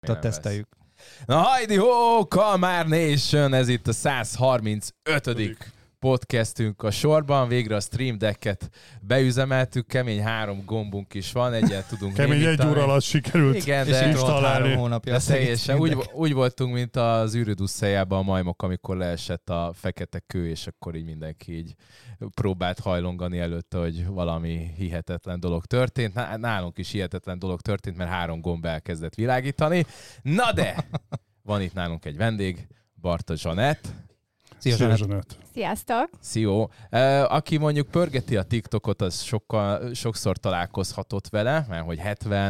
nyugodtan teszteljük. Na hajdi ho, Kalmár Nation, ez itt a 135. podcastünk a sorban. Végre a Stream Decket beüzemeltük, kemény 3 gombunk is van, egyet tudunk kemény némítani. 1 óra alatt sikerült. Igen, és itt volt 3 hónapja. De teljesen úgy voltunk, mint az űrödusszájában a majmok, amikor leesett a fekete kő, és akkor így mindenki így próbált hajlongani előtte, hogy valami hihetetlen dolog történt. Nálunk is hihetetlen dolog történt, mert 3 gomb elkezdett világítani. Na de! Van itt nálunk egy vendég, Barta Zsanett. Szia, Zsanett. Sziasztok! Szió. Aki mondjuk pörgeti a TikTokot, az sokszor találkozhatott vele, mert hogy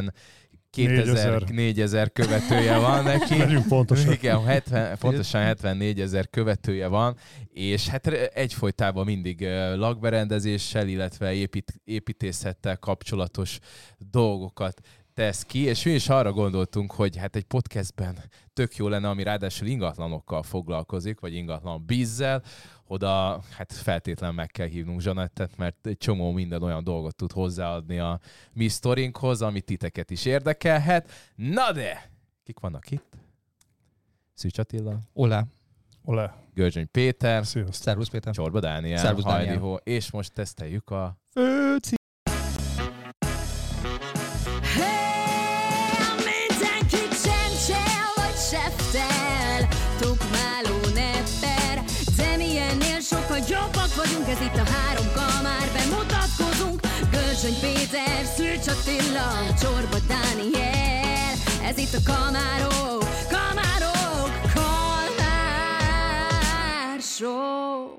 4000 követője van neki. Legyünk pontosan. Igen, pontosan 74 000 követője van, és hát egyfolytában mindig lakberendezéssel, illetve építészettel kapcsolatos dolgokat tesz ki, és mi is arra gondoltunk, hogy hát egy podcastben tök jó lenne, ami ráadásul ingatlanokkal foglalkozik, vagy ingatlan bizzel, oda hát feltétlenül meg kell hívnunk Zsanettet, mert egy csomó minden olyan dolgot tud hozzáadni a mi sztorinkhoz, ami titeket is érdekelhet. Na de! Kik vannak itt? Szűcs Attila. Ole. Görcsöny Péter. Sziasztok. Szervusz Péter. Csorba Dániel. Szervusz Dániel. És most teszteljük a Főci. Jobbak vagyunk, ez itt a 3 Kalmár, bemutatkozunk. Görcsöny Péter, Szűcs Attila, Csorba Dániel. Ez itt a Kalmárok, Kalmár Show.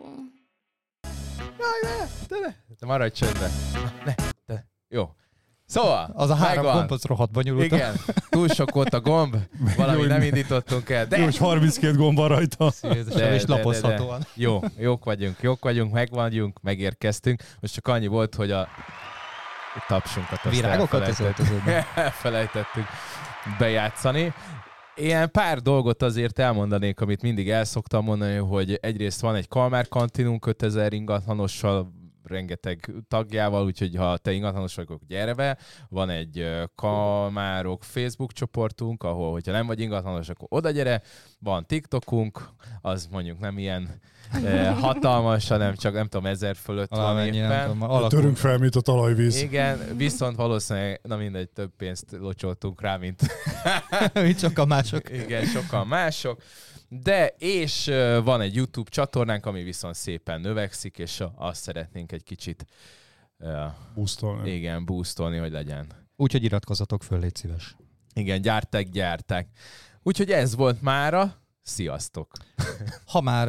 Jaj, de maradj csöndben. Ne. Jó. Szóval, az a 3 megvan. gomb, az rohadt bonyolult. Igen, túl sok volt a gomb, valami nem indítottunk el. De... Jó, és 32 gomb van rajta. És lapozhatóan. Jó, jók vagyunk, megérkeztünk. Most csak annyi volt, hogy a tapsunkat azt virágokat elfelejtettük bejátszani. Ilyen pár dolgot azért elmondanék, amit mindig el szoktam mondani, hogy egyrészt van egy Kalmár kantinunk 5000 ingatlanossal, rengeteg tagjával, úgyhogy ha te ingatlanos vagy, akkor gyere be. Van egy Kalmárok Facebook csoportunk, ahol, hogyha nem vagy ingatlanos, akkor oda gyere. Van TikTokunk, az mondjuk nem ilyen hatalmas, hanem csak nem tudom, 1000 fölött van éppen. Törünk fel, mint a talajvíz. Igen, viszont valószínűleg, na mindegy, több pénzt locsoltunk rá, mint sokan mások. Igen, sokan mások. De, és van egy YouTube csatornánk, ami viszont szépen növekszik, és azt szeretnénk egy kicsit boostolni. Igen, boostolni, hogy legyen. Úgyhogy iratkozzatok föl, légy szíves. Igen, gyárták. Úgyhogy ez volt mára. Sziasztok! Ha már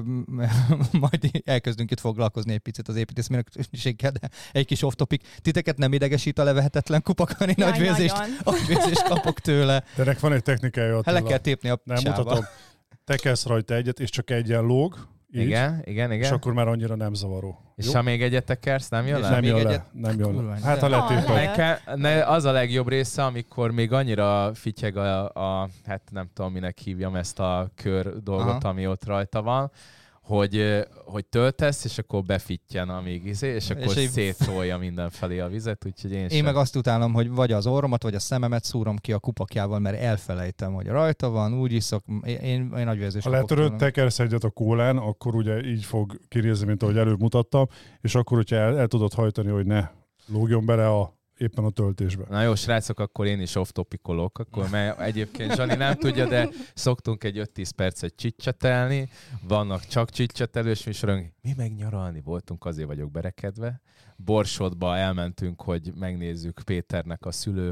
majd elkezdünk itt foglalkozni egy picit az építészmérnökséggel, de egy kis off-topic. Titeket nem idegesít a levehetetlen kupakani nagyvérzést kapok tőle. De ennek van egy technikája, Attila. Le kell tépni a nem sába. mutatom. Tekelsz rajta egyet, és csak egyen lóg. Így, igen. És akkor már annyira nem zavaró. És ha még egyet tekersz, nem jön le? Nem jön le. Hát ha letéped. Az a legjobb része, amikor még annyira fityeg hát nem tudom, minek hívjam ezt a kör dolgot, ami ott rajta van, hogy töltesz, és akkor befittyen amíg és akkor szétrolja mindenfelé a vizet, úgyhogy én meg azt utálom, hogy vagy az orromat, vagy a szememet szúrom ki a kupakjával, mert elfelejtem, hogy rajta van, úgy iszok, én nagyvérzést kapok. Ha letöröd, tekersz egyet a kólán, akkor ugye így fog kinézni, mint ahogy előbb mutattam, és akkor, hogyha el tudod hajtani, hogy ne lógjon bele éppen a töltésben. Na jó, srácok, akkor én is off-topikolok, mert egyébként Zsani nem tudja, de szoktunk egy 5-10 percet csicsetelni, vannak csak csicsetelős műsorunk. Mi meg nyaralni voltunk, azért vagyok berekedve. Borsodba elmentünk, hogy megnézzük Péternek a szülő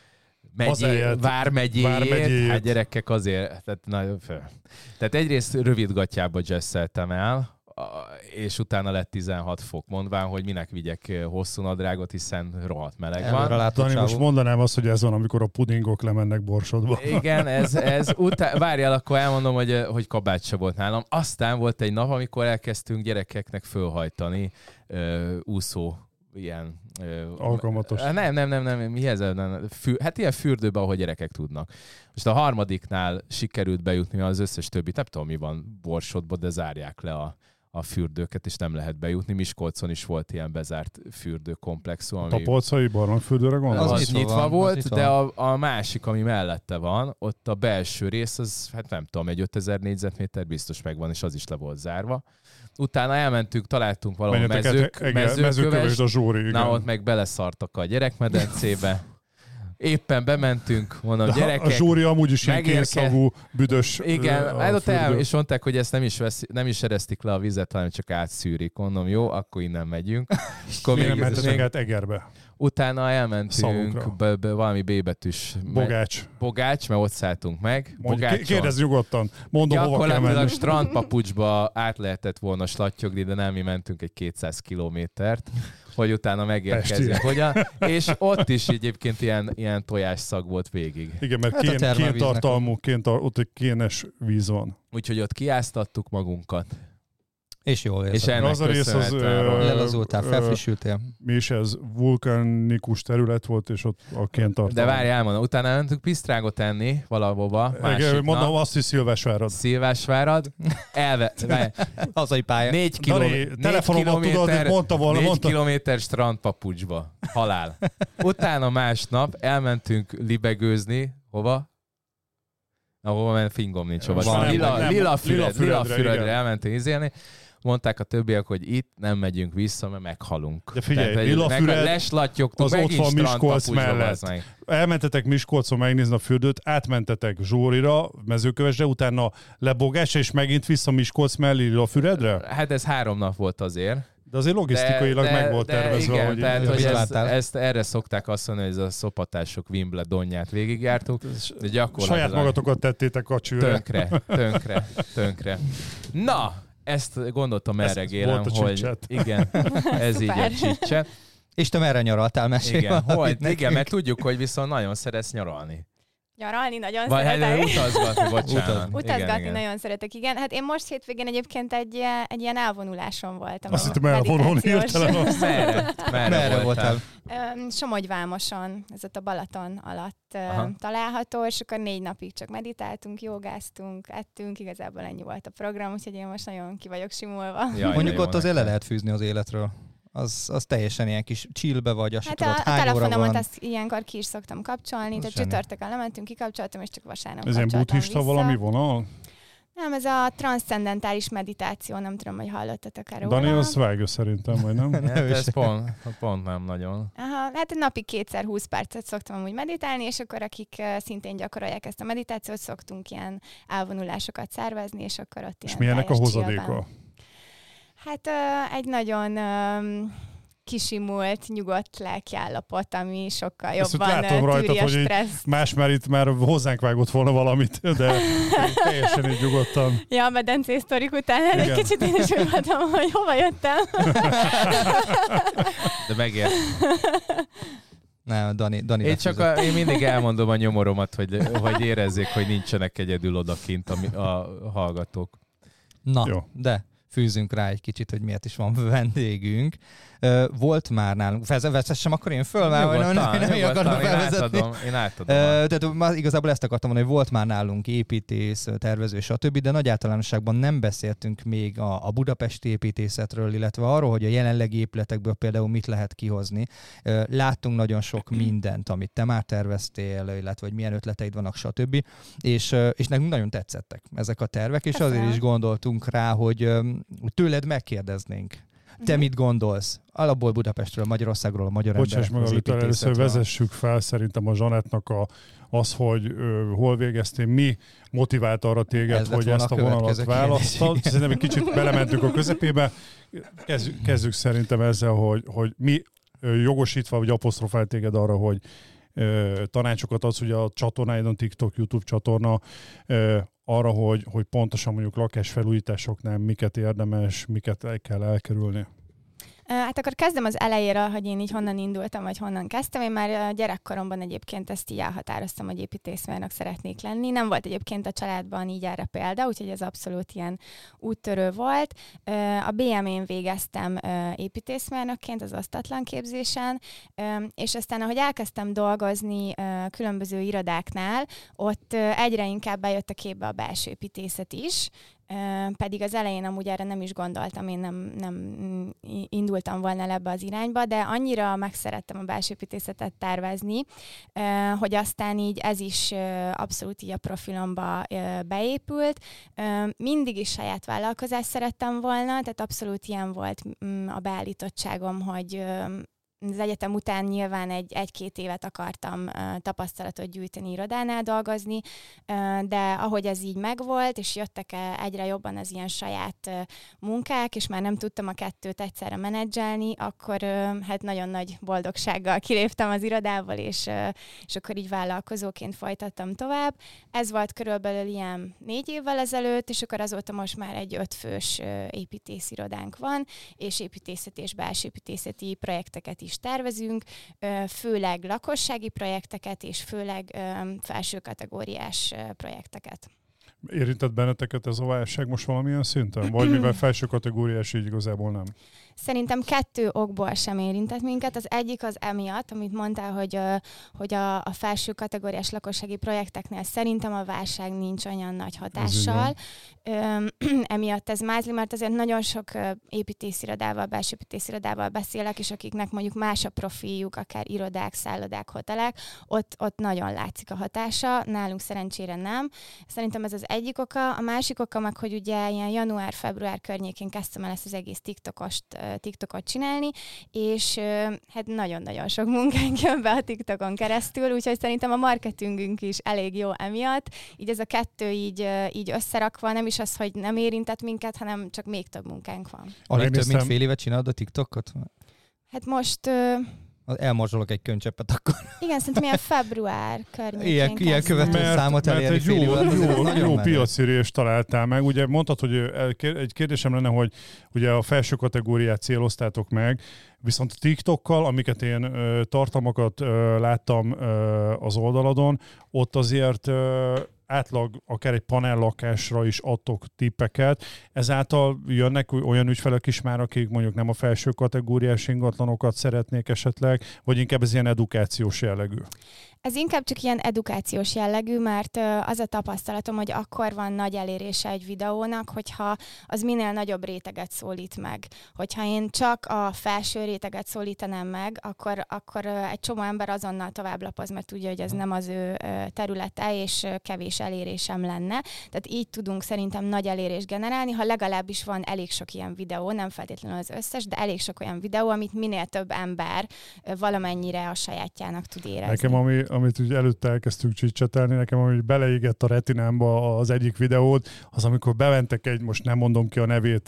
vármegyéjét. Hát gyerekek azért, tehát egyrészt rövidgatjába jazzeltem el, és utána lett 16 fok, mondván, hogy minek vigyek hosszú nadrágot, hiszen rohadt meleg van. Dani, most mondanám azt, hogy ez van, amikor a pudingok lemennek Borsodba. Igen, ez várjál, akkor elmondom, hogy kabát se volt nálam. Aztán volt egy nap, amikor elkezdtünk gyerekeknek fölhajtani úszó ilyen... alkalmatos. Nem, mihez? Hát ilyen fürdőben, ahogy gyerekek tudnak. Most a harmadiknál sikerült bejutni az összes többit, nem tudom, mi van Borsodban, de zárják le a a fürdőket, és nem lehet bejutni. Miskolcon is volt ilyen bezárt fürdőkomplexum. A Tapolcai barlangfürdőre gondolsz? Az nyitva volt, de a másik, ami mellette van, ott a belső rész, az hát nem tudom, egy 5000 négyzetméter biztos megvan, és az is le volt zárva. Utána elmentünk, találtunk valahol mezőkövest, a Zsóri, igen. Na, ott meg beleszartak a gyerekmedencébe. Éppen bementünk, mondom, gyerekek. A Zsóri amúgy is ilyen kénszagú, büdös. Igen, és mondták, hogy ezt nem is eresztik le a vizet, hanem csak átszűrik. Mondom, jó, akkor innen megyünk. Miért mentetek át Egerbe? Utána elmentünk valami B betűs. Bogács, mert ott szálltunk meg. Kérdezz nyugodtan, mondom, hova kell menni. Strandpapucsba át lehetett volna slattyogni, de nem, mi mentünk egy 200 kilométert, hogy utána megérkezzünk. És ott is egyébként ilyen tojásszag volt végig. Igen, mert kéntartalmú, ott egy kénes víz van. Úgyhogy ott kiáztattuk magunkat. És jól érzed. És ennek az a rész az... Lelazultál, felfrissültél. Mi is ez vulkanikus terület volt, és ott a kéntartalmú. De várj, elmondom, utána mentünk pisztrágot enni valahova. Mondom, azt, hogy Szilvásvárad. Szilvásvárad. Hazai pálya. 4 kilométer strandpapucsba. Halál. Utána másnap elmentünk libegőzni. Hova? Ahova fingom nincs hova. Lila-Füredre elmentünk izélni. Mondták a többiek, hogy itt nem megyünk vissza, mert meghalunk. De figyelj, Lila-Füred leslattyogtuk, az ott van Miskolc mellett. Elmentetek Miskolcon megnézni a fürdőt, átmentetek Zsórira, Mezőkövesdre, utána Lebogásra, és megint vissza Miskolc mellé Lila-Füredre? Hát ez 3 nap volt azért. De azért logisztikailag meg volt tervezve. Igen, hogy tehát, hogy ezt erre szokták azt mondani, hogy ez a szopatások Wimbledonját végigjártuk. De gyakorlatilag saját magatokat tettétek a csőre. Tönkre. Na, ezt gondoltam elregélem, hogy igen, ez így egy csicset. És te merre nyaraltál? Mesélj. Igen, mert tudjuk, hogy viszont nagyon szeretsz nyaralni. Nyaralni nagyon szeretek. Vagy utazgatni, bocsánat. Utazgatni nagyon szeretek, igen. Hát én most hétvégén egyébként egy ilyen elvonuláson voltam. Azt hittem elvonulni hirtelen. Merre voltál? Somogyvámoson, ez ott a Balaton alatt található, és akkor 4 napig csak meditáltunk, jogáztunk, ettünk, igazából ennyi volt a program, úgyhogy én most nagyon ki vagyok simulva. Mondjuk ott azért le lehet fűzni az életről. Az teljesen ilyen kis chillbe vagy, azt tudod, hány óra van. A telefonomat azt ilyenkor ki is szoktam kapcsolni, tehát csütörtökön lementünk, kikapcsoltam, és csak vasárnap ez ilyen buddhista valami vonal? Nem, ez a transzcendentális meditáció, nem tudom, hogy hallottatok erről. Dani, az vágja szerintem, vagy nem? Ez pont nem nagyon. Aha, hát napi 2x20 percet szoktam amúgy meditálni, és akkor akik szintén gyakorolják ezt a meditációt, szoktunk ilyen elvonulásokat szervezni, és akkor ott és milyenek a hozadéka? Hát egy nagyon kisimult, nyugodt lelkiállapot, ami sokkal jobban tűri a stresszt. Más már itt már hozzánk vágott volna valamit, de teljesen így nyugodtan. Ja, a medencés sztorik után egy kicsit én is úgy voltam, hogy hova jöttem. De megért. Nem, Dani én mindig elmondom a nyomoromat, hogy érezzék, hogy nincsenek egyedül odakint a hallgatók. Na, jó. De fűzünk rá egy kicsit, hogy miért is van vendégünk. Volt már nálunk, vezessem akkor én föl, mert nem akartam felvezetni. Én átadom. Tehát igazából ezt akartam mondani, hogy volt már nálunk építész, tervező, stb., de nagy általánosságban nem beszéltünk még a budapesti építészetről, illetve arról, hogy a jelenlegi épületekből például mit lehet kihozni. Láttunk nagyon sok mindent, amit te már terveztél, illetve hogy milyen ötleteid vannak, stb. És nekünk nagyon tetszettek ezek a tervek, és azért is gondoltunk rá, hogy tőled megkérdeznénk. Te mit gondolsz? Alapból Budapestről, Magyarországról, a magyar emberek az építészetről. Először vezessük fel szerintem a Zsanettnak az, hogy hol végeztél, mi motivált arra téged, hogy ezt a vonalat választad. Szerintem egy kicsit belementünk a közepébe. Kezdjük szerintem ezzel, hogy mi jogosítva, vagy apostrofált téged arra, hogy tanácsokat adsz, ugye a csatornáidon, TikTok, YouTube csatorna, arra, hogy pontosan mondjuk lakásfelújításoknál miket érdemes, miket kell elkerülni. Hát akkor kezdem az elejéről, hogy én így honnan indultam, vagy honnan kezdtem. Én már gyerekkoromban egyébként ezt így elhatároztam, hogy építészmérnök szeretnék lenni. Nem volt egyébként a családban így erre példa, úgyhogy ez abszolút ilyen úttörő volt. A BM-én végeztem építészmérnökként az osztatlan képzésen, és aztán ahogy elkezdtem dolgozni különböző irodáknál, ott egyre inkább bejött a képbe a belső építészet is, pedig az elején amúgy erre nem is gondoltam, én nem indultam volna el ebbe az irányba, de annyira megszerettem a belsőépítészetet tervezni, hogy aztán így ez is abszolút így a profilomba beépült. Mindig is saját vállalkozást szerettem volna, tehát abszolút ilyen volt a beállítottságom, hogy az egyetem után nyilván egy-két évet akartam tapasztalatot gyűjteni, irodánál dolgozni, de ahogy ez így megvolt, és jöttek egyre jobban az ilyen saját munkák, és már nem tudtam a kettőt egyszerre menedzselni, akkor hát nagyon nagy boldogsággal kiléptem az irodából, és akkor így vállalkozóként folytattam tovább. Ez volt körülbelül ilyen 4 évvel ezelőtt, és akkor azóta most már egy 5 fős építészirodánk van, és építészeti és belsőépítészeti projekteket is tervezünk, főleg lakossági projekteket, és főleg felső kategóriás projekteket. Érintett benneteket ez a válság most valamilyen szinten? Vagy mivel felső kategóriás, így igazából nem? Szerintem 2 okból sem érintett minket. Az egyik az emiatt, amit mondtál, hogy a felső kategóriás lakossági projekteknél szerintem a válság nincs olyan nagy hatással. Emiatt ez mázli, mert azért nagyon sok építészirodával, belsőépítészirodával beszélek, és akiknek mondjuk más a profiljuk, akár irodák, szállodák, hotelek, ott nagyon látszik a hatása, nálunk szerencsére nem. Szerintem ez az egyik oka. A másik oka meg, hogy ugye ilyen január-február környékén kezdtem el ezt az egész TikTokot csinálni, és hát nagyon-nagyon sok munkánk jön be a TikTokon keresztül, úgyhogy szerintem a marketingünk is elég jó emiatt. Így ez a 2 így összerakva, nem is az, hogy nem érintett minket, hanem csak még több munkánk van. Alig több mint fél évet csinálod a TikTokot? Hát most... Elmorzsolok egy könycsöppet akkor. Igen, szerintem ilyen február környékén Ilyen követő számot elérni fél évvel. Jó piacérést találtál meg. Ugye mondtad, hogy egy kérdésem lenne, hogy ugye a felső kategóriát céloztátok meg, viszont a TikTokkal, amiket én tartalmakat láttam az oldaladon, ott azért átlag akár egy panellakásra is adtok tippeket. Ezáltal jönnek olyan ügyfelek is már, akik mondjuk nem a felső kategóriás ingatlanokat szeretnék esetleg, vagy inkább ez ilyen edukációs jellegű? Ez inkább csak ilyen edukációs jellegű, mert az a tapasztalatom, hogy akkor van nagy elérése egy videónak, hogyha az minél nagyobb réteget szólít meg. Hogyha én csak a felső réteget szólítanám meg, akkor egy csomó ember azonnal továbblapoz, mert tudja, hogy ez nem az ő területe, és kevés elérésem lenne. Tehát így tudunk szerintem nagy elérést generálni, ha legalábbis van elég sok ilyen videó, nem feltétlenül az összes, de elég sok olyan videó, amit minél több ember valamennyire a sajátjának tud érezni. Nekem, amit úgy előtte elkezdtünk csicsetelni, nekem ami beleégett a retinámba az egyik videót, az amikor bementek egy, most nem mondom ki a nevét,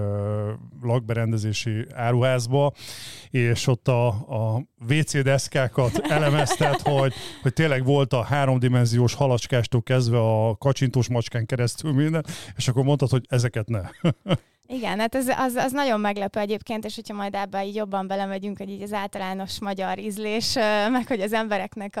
lakberendezési áruházba, és ott a WC deszkákat elemeztet, hogy tényleg volt a 3D halacskástól kezdve a kacsintós macskán keresztül minden, és akkor mondtad, hogy ezeket ne. Igen, hát az nagyon meglepő egyébként, és hogyha majd ebben így jobban belemegyünk, hogy így az általános magyar ízlés, meg hogy az embereknek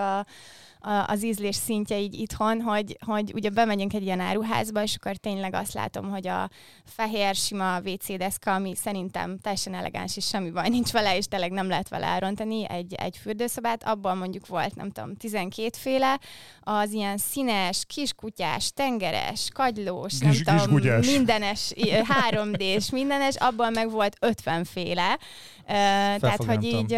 az ízlés szintje így itthon, hogy ugye bemegyünk egy ilyen áruházba, és akkor tényleg azt látom, hogy a fehér sima WC deszka, ami szerintem teljesen elegáns, és semmi baj nincs vele, és tényleg nem lehet vele elrontani egy fürdőszobát, abban mondjuk volt, nem tudom, 12 féle, az ilyen színes, kiskutyás, tengeres, kagylós, nem tudom, mindenes, 3D-s, mindenes, abban meg volt 50 féle. Tehát, hogy így...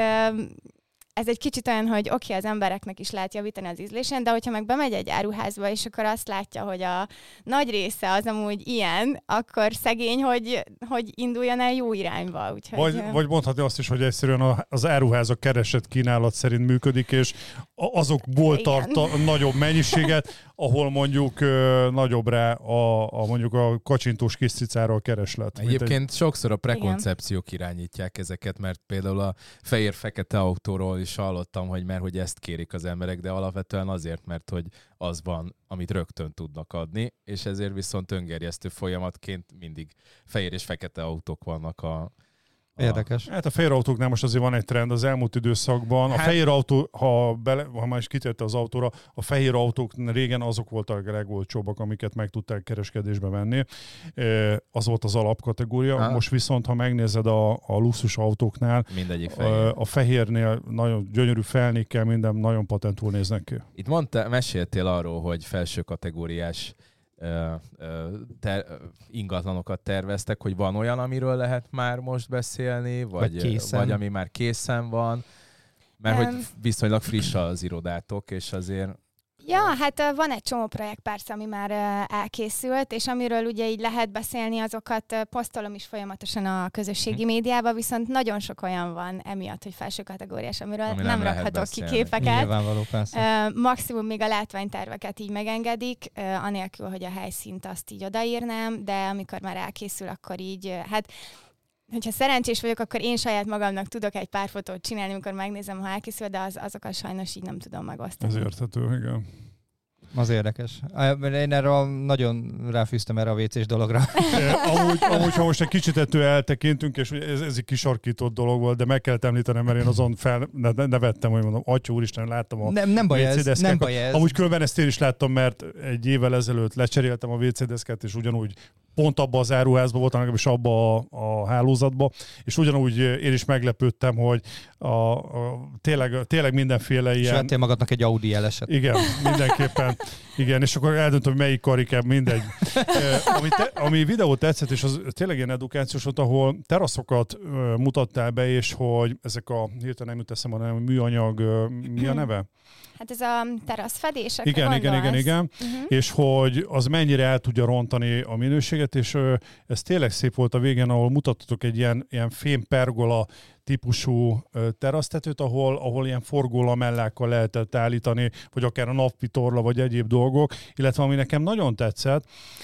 Ez egy kicsit olyan, hogy oké, az embereknek is lehet javítani az ízlésen, de hogyha meg bemegy egy áruházba, és akkor azt látja, hogy a nagy része az amúgy ilyen, akkor szegény, hogy induljon el jó irányba. Úgyhogy... Vagy mondhatni azt is, hogy egyszerűen az áruház a keresett kínálat szerint működik, és azokból tart nagyobb mennyiséget, ahol mondjuk nagyobb rá mondjuk a kacsintós kis cicára a kereslet. Egyébként sokszor a prekoncepciók irányítják ezeket, mert például a fehér-fekete autóról is hallottam, hogy ezt kérik az emberek, de alapvetően azért, mert hogy az van, amit rögtön tudnak adni, és ezért viszont öngerjesztő folyamatként mindig fehér és fekete autók vannak Érdekes. Hát a fehér autóknál most azért van egy trend az elmúlt időszakban. A fehér autó, ha már is kitérte az autóra, a fehér autók régen azok voltak a legolcsóbbak, amiket meg tudták kereskedésbe venni. Az volt az alapkategória. Most viszont, ha megnézed a luxus autóknál, mindegyik fehér. A fehérnél nagyon gyönyörű felnékkel, minden nagyon patentul néznek ki. Itt meséltél arról, hogy felső kategóriás ingatlanokat terveztek, hogy van olyan, amiről lehet már most beszélni, vagy ami már készen van, mert hogy viszonylag friss az irodátok, és azért... Ja, hát van egy csomó projekt persze, ami már elkészült, és amiről ugye így lehet beszélni, azokat posztolom is folyamatosan a közösségi médiában, viszont nagyon sok olyan van emiatt, hogy felső kategóriás, amiről nem rakhatok ki képeket. Nyilvánvaló, persze. Maximum még a látványterveket így megengedik, anélkül, hogy a helyszínt azt így odaírnám, de amikor már elkészül, akkor így, hát hogyha szerencsés vagyok, akkor én saját magamnak tudok egy pár fotót csinálni, amikor megnézem, ha elkészül, de azokat sajnos így nem tudom megosztani. Ez érthető, igen. Az érdekes. Én erre nagyon ráfűztem erre a WC-s dologra. Amúgy, ha most egy kicsit ettől eltekintünk, és ez egy kisarkított dolog volt, de meg kellett említenem, mert én azon nevettem, hogy mondom, atya úristen, láttam a nem baj ez, nem baj ez. Amúgy különben ezt én is láttam, mert egy évvel ezelőtt lecseréltem a WC-deszket, és ugyanúgy pont abba az áruházban voltam, legalábbis abba a hálózatba, és ugyanúgy én is meglepődtem, hogy tényleg mindenféle ilyen... És vettél magadnak egy Audi L-eset. Igen, mindenképpen. Igen, és akkor eldöntöm, hogy melyik karikebb, mindegy. Ami videó tetszett, és az tényleg ilyen edukációs volt, ahol teraszokat mutattál be, és hogy ezek hirtelen nem jut eszembe, hanem műanyag, mi a neve? Hát ez a teraszfedések. Igen. És hogy az mennyire el tudja rontani a minőséget, és ez tényleg szép volt a végén, ahol mutattatok egy ilyen fémpergola típusú terasztetőt, ahol ilyen forgólamellákkal lehetett állítani, vagy akár a napvitorla, vagy egyéb dolgok, illetve ami nekem nagyon tetszett,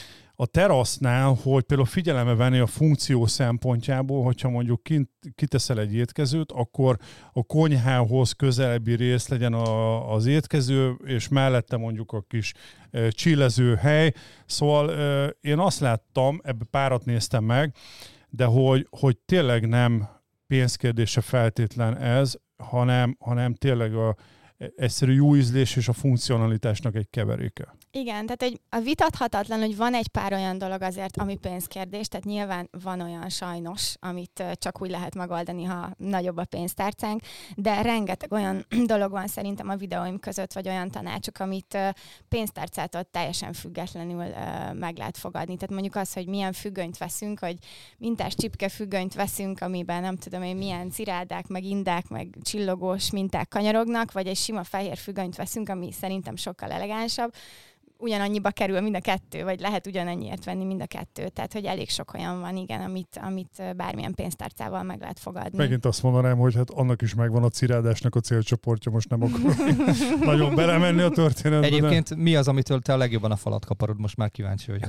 a terasznál, hogy például figyelembe venni a funkció szempontjából, hogyha mondjuk kiteszel egy étkezőt, akkor a konyhához közelebbi rész legyen az étkező, és mellette mondjuk a kis csillező hely. Szóval én azt láttam, ebbe párat néztem meg, de hogy tényleg nem pénzkérdése feltétlen ez, hanem tényleg egyszerű jó ízlés és a funkcionalitásnak egy keveréke. Igen, tehát a vitathatatlan, hogy van egy pár olyan dolog azért, ami pénzkérdés, tehát nyilván van olyan sajnos, amit csak úgy lehet megoldani, ha nagyobb a pénztárcánk, de rengeteg olyan dolog van szerintem a videóim között, vagy olyan tanácsok, amit pénztárcától teljesen függetlenül meg lehet fogadni. Tehát mondjuk az, hogy milyen függönyt veszünk, hogy mintás csipke függönyt veszünk, amiben nem tudom én milyen cirádák, meg indák, meg csillogós minták kanyarognak, vagy egy sima fehér függönyt veszünk, ami szerintem sokkal elegánsabb. Ugyanannyiba kerül mind a kettő, vagy lehet ugyanannyiért venni mind a kettő. Tehát, hogy elég sok olyan van, igen, amit bármilyen pénztárcával meg lehet fogadni. Megint azt mondanám, hogy hát annak is megvan a cirádásnak a célcsoportja, most nem akarok nagyon belemenni a történetbe. Egyébként mi az, amitől te a legjobban a falat kaparod? Most már kíváncsi vagyok.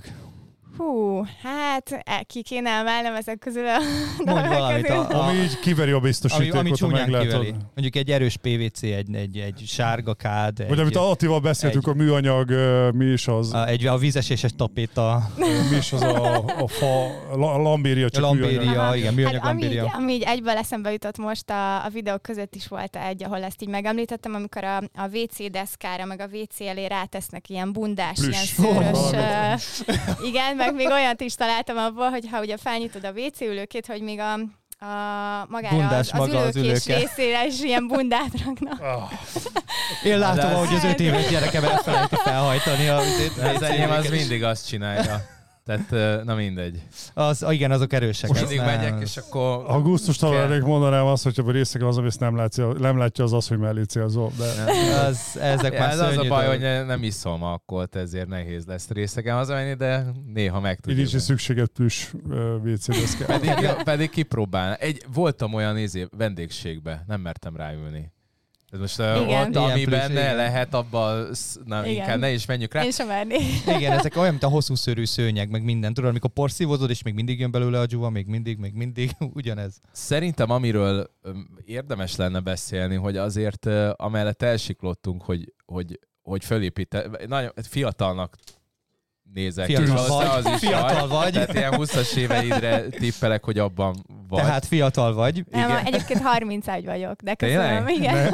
Hú, hát ki kéne emelnem ezek közül a mondj valamit. Ami így kiveri a biztosítékot, ami ha meglátod. Mondjuk egy erős PVC, egy sárga kád. Vagy amit Attival beszéltünk, a műanyag, mi is az? A vízeséses tapéta. Mi is az a fa, a lambéria, csak lambéria, igen, műanyag hát, lambéria. Ami így egyből eszembe jutott most, a videók között is volt egy, ahol ezt így megemlítettem, amikor a WC deszkára, meg a WC elé rátesznek ilyen bundás, plüss. Ilyen szőrös, igen, meg még olyat is találtam abból, hogy ha ugye felnyitod a WC ülőkét, hogy még magára az ülőkés részére is ilyen bundát raknak. Én látom, hogy az 5 éves gyerekem elfelejti felhajtani a vizét. Az enyém az mindig azt csinálja. Tehát, na mindegy. Igen, azok erősek. Most mindig megyek, és akkor... A gusztustalan mondanám azt, hogyha részegen az, amit nem látja, az, hogy mellé célzol. De... ezek már az a baj, hogy nem iszom alkoholt, ezért nehéz lesz részegen hazamenni, de néha meg tudjuk. Így is szükséged plüss WC-deszkát. Pedig kipróbálni. Voltam olyan vendégségbe, nem mertem ráülni. Ez most ott, amiben ne lehet, abban inkább ne is menjünk rá. Én sem mernék. Igen, ezek olyan, mint a hosszú szőrű szőnyeg, meg minden. Tudod, amikor porszívozod, és még mindig jön belőle a dzsuva, még mindig, ugyanez. Szerintem amiről érdemes lenne beszélni, hogy azért amellett elsiklottunk, hogy nagyon fiatalnak nézek. Fiatal vagy. Tehát ilyen 20-as éveidre tippelek, hogy abban vagy. Tehát fiatal vagy. Nem, egyébként 31 vagyok, de köszönöm. Igen.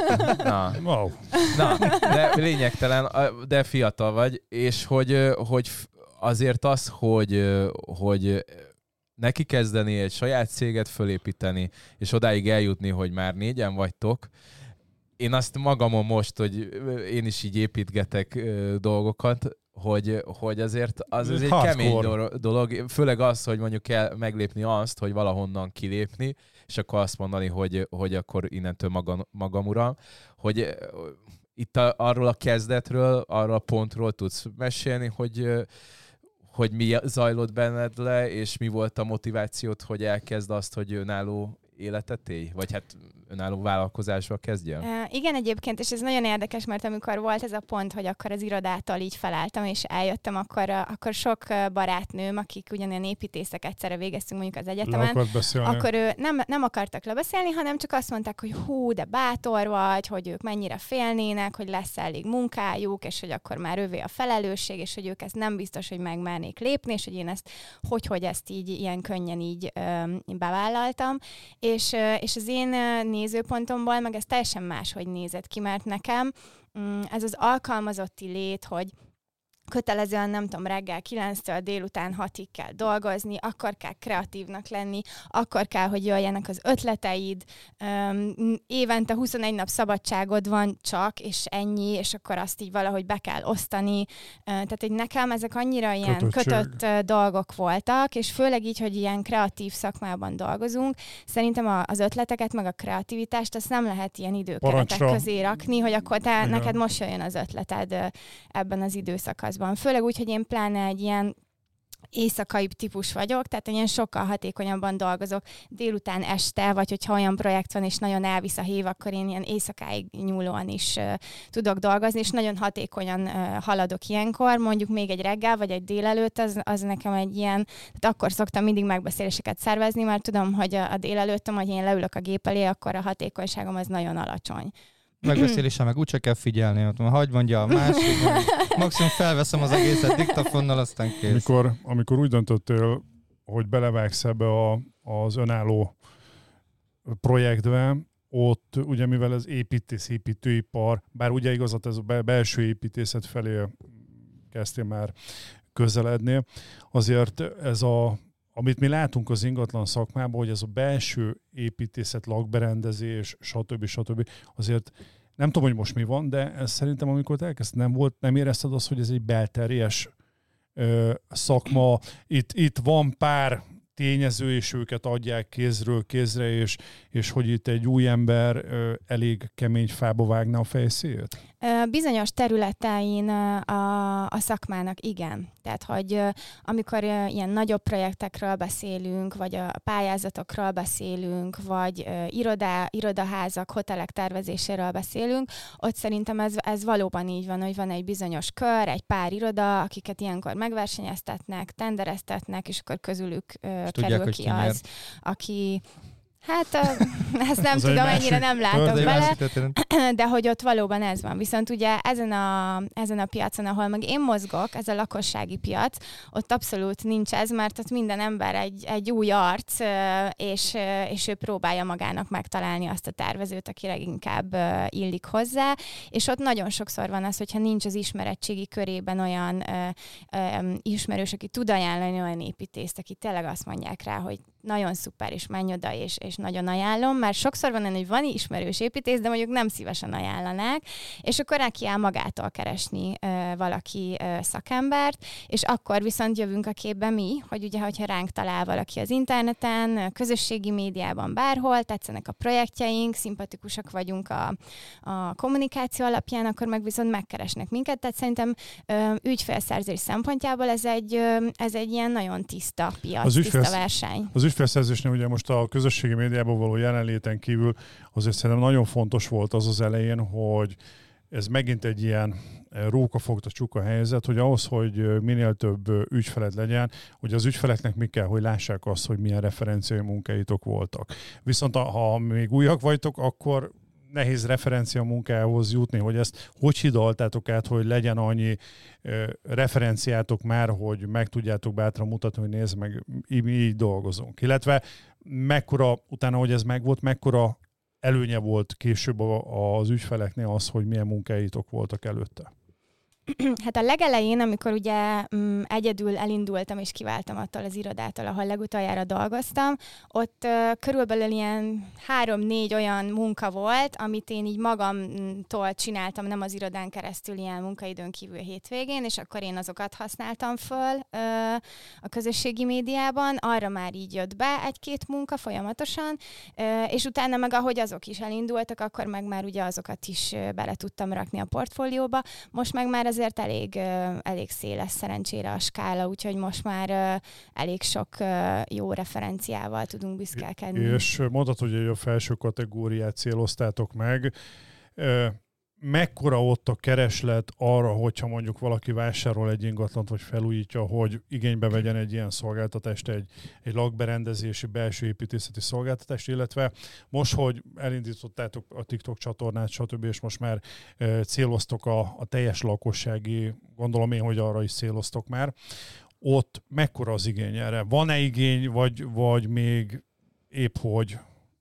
Na, de lényegtelen, de fiatal vagy, és hogy azért az, hogy neki kezdeni egy saját céget fölépíteni, és odáig eljutni, hogy már 4-en vagytok. Én azt magamon most, hogy én is így építgetek dolgokat, hogy azért az egy kemény dolog, főleg az, hogy mondjuk kell meglépni azt, hogy valahonnan kilépni, és akkor azt mondani, hogy akkor innentől magam uram, hogy itt arról a kezdetről, arról a pontról tudsz mesélni, hogy mi zajlott benned le, és mi volt a motivációt, hogy elkezd azt, hogy önálló életet élj? Vagy hát önálló vállalkozásba kezdjen? Igen, egyébként, és ez nagyon érdekes, mert amikor volt ez a pont, hogy akkor az irodától így felálltam, és eljöttem, akkor sok barátnőm, akik ugyanilyen építészek egyszerre végeztünk mondjuk az egyetemen, akkor nem akartak lebeszélni, hanem csak azt mondták, hogy hú, de bátor vagy, hogy ők mennyire félnének, hogy lesz elég munkájuk, és hogy akkor már ővé a felelősség, és hogy ők ezt nem biztos, hogy megmernék lépni, és hogy én ezt, hogy ezt így ilyen könnyen így bevállaltam. És az én nézőpontomból meg ez teljesen máshogy nézett ki, mert nekem ez az alkalmazotti lét, hogy kötelezően, nem tudom, reggel 9-től délután 6-ig kell dolgozni, akkor kell kreatívnak lenni, akkor kell, hogy jöjjenek az ötleteid, évente 21 nap szabadságod van csak, és ennyi, és akkor azt így valahogy be kell osztani. Tehát, hogy nekem ezek annyira ilyen kötött dolgok voltak, és főleg így, hogy ilyen kreatív szakmában dolgozunk, szerintem az ötleteket, meg a kreativitást, azt nem lehet ilyen időkeretek közé rakni, hogy akkor neked most jöjjön az ötleted ebben az időszakban. Főleg úgy, hogy én pláne egy ilyen éjszakai típus vagyok, tehát ilyen sokkal hatékonyabban dolgozok délután, este, vagy hogyha olyan projekt van, és nagyon elvisz a hív, akkor én ilyen éjszakáig nyúlóan is tudok dolgozni, és nagyon hatékonyan haladok ilyenkor, mondjuk még egy reggel, vagy egy délelőtt, az nekem egy ilyen, tehát akkor szoktam mindig megbeszéléseket szervezni, mert tudom, hogy a délelőttem, hogy én leülök a gép elé, akkor a hatékonyságom az nagyon alacsony. Megbeszélése meg úgyse kell figyelni, ott hagy mondja a másik, maximum felveszem az egészet diktafonnal, aztán kész. Amikor úgy döntöttél, hogy belevágsz ebbe az önálló projektbe, ott ugye mivel az építőipar, bár ugye igazat ez a belső építészet felé kezdtél már közeledni, azért ez amit mi látunk az ingatlan szakmában, hogy ez a belső építészet, lakberendezés, stb. Azért nem tudom, hogy most mi van, de ez szerintem amikor elkezdtem, nem érezted azt, hogy ez egy belterjes szakma. Itt van pár tényező, és őket adják kézről kézre, és hogy itt egy új ember elég kemény fába vágna a fejszéjét? Bizonyos területein a szakmának igen. Tehát, hogy amikor ilyen nagyobb projektekről beszélünk, vagy a pályázatokról beszélünk, vagy irodaházak, hotelek tervezéséről beszélünk, ott szerintem ez valóban így van, hogy van egy bizonyos kör, egy pár iroda, akiket ilyenkor megversenyeztetnek, tendereztetnek, és akkor közülük kerül ki az, aki... Hát ezt nem tudom, ennyire nem látok bele, de hogy ott valóban ez van. Viszont ugye ezen a piacon, ahol meg én mozgok, ez a lakossági piac, ott abszolút nincs ez, mert ott minden ember egy új arc, és ő próbálja magának megtalálni azt a tervezőt, aki leginkább illik hozzá, és ott nagyon sokszor van az, hogyha nincs az ismeretségi körében olyan ismerős, aki tud ajánlani olyan építészt, aki tényleg azt mondják rá, hogy nagyon szuper, és menj oda, és nagyon ajánlom, mert sokszor van olyan, hogy van ismerős építész, de mondjuk nem szívesen ajánlanák, és akkor neki áll magától keresni valaki szakembert, és akkor viszont jövünk a képbe mi, hogy ugye, hogyha ránk talál valaki az interneten, közösségi médiában, bárhol, tetszenek a projektjeink, szimpatikusak vagyunk a kommunikáció alapján, akkor meg viszont megkeresnek minket, tehát szerintem ügyfélszerzés szempontjából ez egy ilyen nagyon tiszta piac, tiszta verseny. Az ügyfélszerzésnél ugye most a közösségi médiában való jelenléten kívül azért szerintem nagyon fontos volt az elején, hogy ez megint egy ilyen rókafogta csuka helyzet, hogy ahhoz, hogy minél több ügyfeled legyen, hogy az ügyfeleknek mi kell, hogy lássák azt, hogy milyen referenciai munkáitok voltak. Viszont ha még újak vagytok, akkor nehéz referencia munkához jutni, hogy ezt hogy hidaltátok át, hogy legyen annyi referenciátok már, hogy meg tudjátok bátran mutatni, hogy nézd meg, mi így dolgozunk. Illetve mekkora, utána, hogy ez megvolt, mekkora előnye volt később az ügyfeleknél az, hogy milyen munkáitok voltak előtte? Hát a legelején, amikor ugye egyedül elindultam és kiváltam attól az irodától, ahol legutoljára dolgoztam, ott körülbelül ilyen 3-4 olyan munka volt, amit én így magamtól csináltam, nem az irodán keresztül ilyen munkaidőn kívül hétvégén, és akkor én azokat használtam föl a közösségi médiában. Arra már így jött be 1-2 munka folyamatosan, és utána meg ahogy azok is elindultak, akkor meg már ugye azokat is bele tudtam rakni a portfólióba. Most meg már azért elég széles szerencsére a skála, úgyhogy most már elég sok jó referenciával tudunk büszkélkedni. És mondhatod, hogy a felső kategóriát céloztátok meg. Mekkora ott a kereslet arra, hogyha mondjuk valaki vásárol egy ingatlant, vagy felújítja, hogy igénybe vegyen egy ilyen szolgáltatást, egy lakberendezési, belső építészeti szolgáltatást, illetve most, hogy elindítottátok a TikTok csatornát, stb., és most már céloztok a teljes lakossági, gondolom én, hogy arra is céloztok már, ott mekkora az igény erre? Van-e igény, vagy még épp hogy?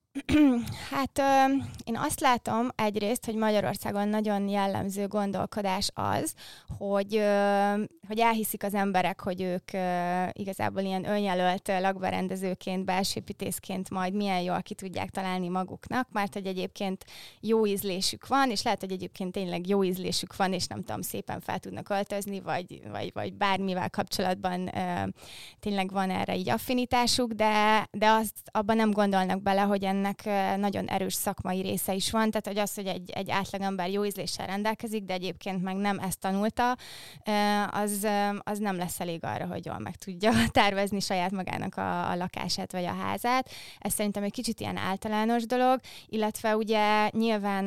Hát én azt látom egyrészt, hogy Magyarországon nagyon jellemző gondolkodás az, hogy elhiszik az emberek, hogy ők igazából ilyen önjelölt lakberendezőként, belsőépítészként majd milyen jól ki tudják találni maguknak, mert hogy egyébként jó ízlésük van, és lehet, hogy egyébként tényleg jó ízlésük van, és nem tudom, szépen fel tudnak öltözni, vagy bármivel kapcsolatban tényleg van erre így affinitásuk, de azt abban nem gondolnak bele, hogy ennek nagyon erős szakmai része is van, tehát hogy az, hogy egy átlagember jó ízléssel rendelkezik, de egyébként meg nem ezt tanulta, az nem lesz elég arra, hogy jól meg tudja tervezni saját magának a lakását vagy a házát. Ez szerintem egy kicsit ilyen általános dolog, illetve ugye nyilván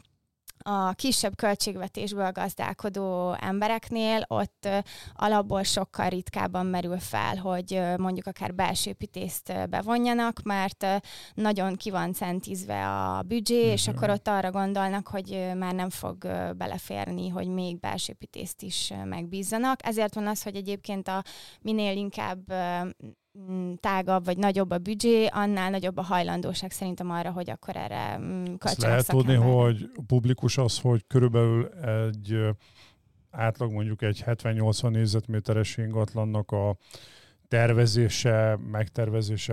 a kisebb költségvetésből gazdálkodó embereknél ott alapból sokkal ritkábban merül fel, hogy mondjuk akár belsőépítészt bevonjanak, mert nagyon ki van centízve a büdzsé, és akkor ott arra gondolnak, hogy már nem fog beleférni, hogy még belsőépítészt is megbízzanak. Ezért van az, hogy egyébként minél inkább tágabb vagy nagyobb a büdzsé, annál nagyobb a hajlandóság szerintem arra, hogy akkor erre költsenek lehet tudni, hogy publikus az, hogy körülbelül egy átlag mondjuk egy 70-80 négyzetméteres ingatlannak a tervezése, megtervezése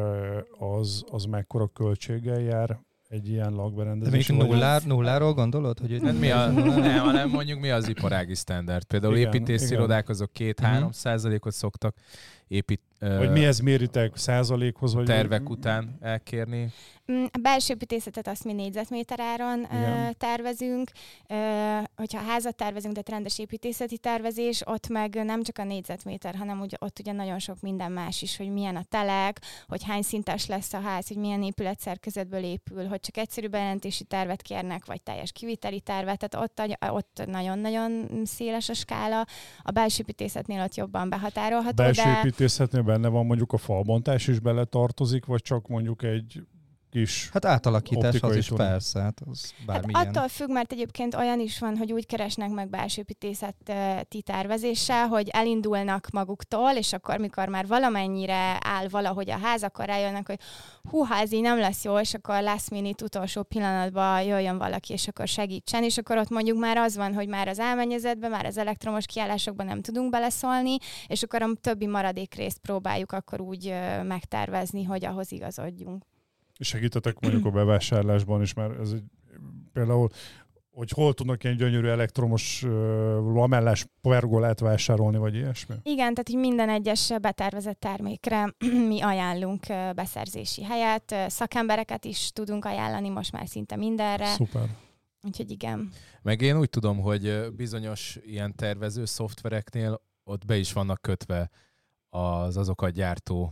az mekkora költséggel jár egy ilyen lakberendezés? Nulláról gondolod? Hogy hanem mondjuk mi az iparági standard. Például építészirodák azok 2-3% szoktak vagy mihez méritek százalékhoz? Vagy tervek után elkérni? A belső építészetet azt mi négyzetméter áron tervezünk. Hogyha házat tervezünk, tehát rendes építészeti tervezés, ott meg nem csak a négyzetméter, hanem ott ugye nagyon sok minden más is, hogy milyen a telek, hogy hány szintes lesz a ház, hogy milyen épületszerkezetből épül, hogy csak egyszerű bejelentési tervet kérnek, vagy teljes kiviteli tervet, tehát ott nagyon-nagyon széles a skála. A belső építészetnél ott jobban behatárolható. Belső építészetnél benne van mondjuk a falbontás is bele tartozik, vagy csak mondjuk egy kis hát átalakítás az is persze, hát az bármilyen. Hát attól függ, mert egyébként olyan is van, hogy úgy keresnek meg belsőépítészeti tervezéssel, hogy elindulnak maguktól, és akkor mikor már valamennyire áll valahogy a ház, akkor rájönnek, hogy húha, ez így nem lesz jó, és akkor last minute utolsó pillanatban jöjjön valaki, és akkor segítsen, és akkor ott mondjuk már az van, hogy már az elmennyezetben, már az elektromos kiállásokban nem tudunk beleszólni, és akkor a többi maradék részt próbáljuk akkor úgy megtervezni, hogy ahhoz igazodjunk. Segítetek mondjuk a bevásárlásban is, mert ez például, hogy hol tudnak ilyen gyönyörű elektromos lamellás pergolát vásárolni, vagy ilyesmi? Igen, tehát hogy minden egyes betervezett termékre mi ajánlunk beszerzési helyet, szakembereket is tudunk ajánlani most már szinte mindenre. Szuper. Úgyhogy igen. Meg én úgy tudom, hogy bizonyos ilyen tervező szoftvereknél ott be is vannak kötve azokat gyártó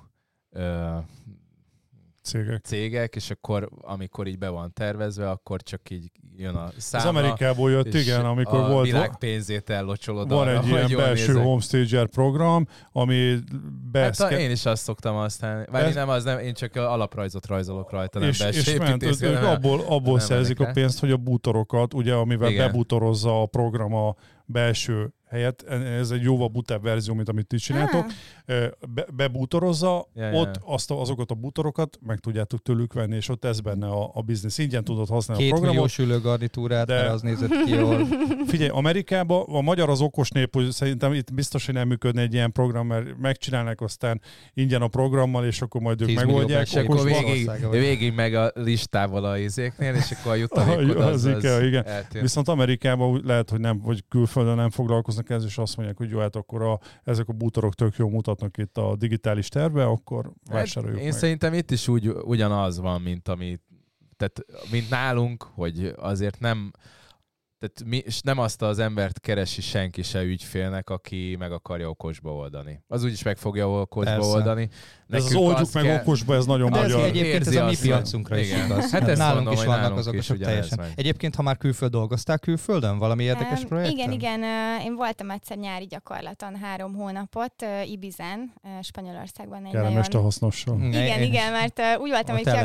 cégek, és akkor amikor így be van tervezve, akkor csak így jön a számla. Az Amerikából jött, igen, amikor volt. A világ pénzét ellocsolod van arra, egy ilyen belső homestager program, ami én is azt szoktam használni. Én csak alaprajzot rajzolok rajta, nem belső építészet. Abból szerzik a pénzt, hogy a bútorokat, ugye, amivel bebutorozza a program a belső helyett, ez egy jóval butább verzió, mint amit ti csináltok, bebútorozza, ott azokat a bútorokat meg tudjátok tőlük venni, és ott ez benne a biznisz. Ingyen tudod használni a programot. 2 milliós ülőgarnitúrát, de az nézett ki jól. Figyelj, Amerikában a magyar az okos nép, hogy szerintem itt biztos, hogy nem működne egy ilyen program, mert megcsinálnak aztán ingyen a programmal, és akkor majd ők megoldják. És akkor végig meg a listával a izéknél, és akkor a jutalékod az igen. Viszont Amerikában lehet, hogy nem, vagy külföldön nem foglalkoznak ezzel, és azt mondják, hogy jó, hát akkor ezek a bútorok tök jól mutatnak itt a digitális tervbe, akkor vásároljuk meg. Én szerintem itt is ugyanaz van, mint nálunk, hogy azért nem... és nem azt az embert keresi senki se ügyfélnek, aki meg akarja okosba oldani. Az úgyis meg fogja okosba oldani. Ez az oldjuk meg okosba, ez nagyon magyar. De egyébként ez a mi piacunkra is igaz. Hát ezt nálunk mondom, is vannak az okosok teljesen. Egyébként, ha már dolgoztál külföldön, valami érdekes projekten? Igen. Én voltam egyszer nyári gyakorlaton 3 hónapot Ibizán, Spanyolországban. Kellemest a hasznossal. Igen, mert úgy voltam, hogy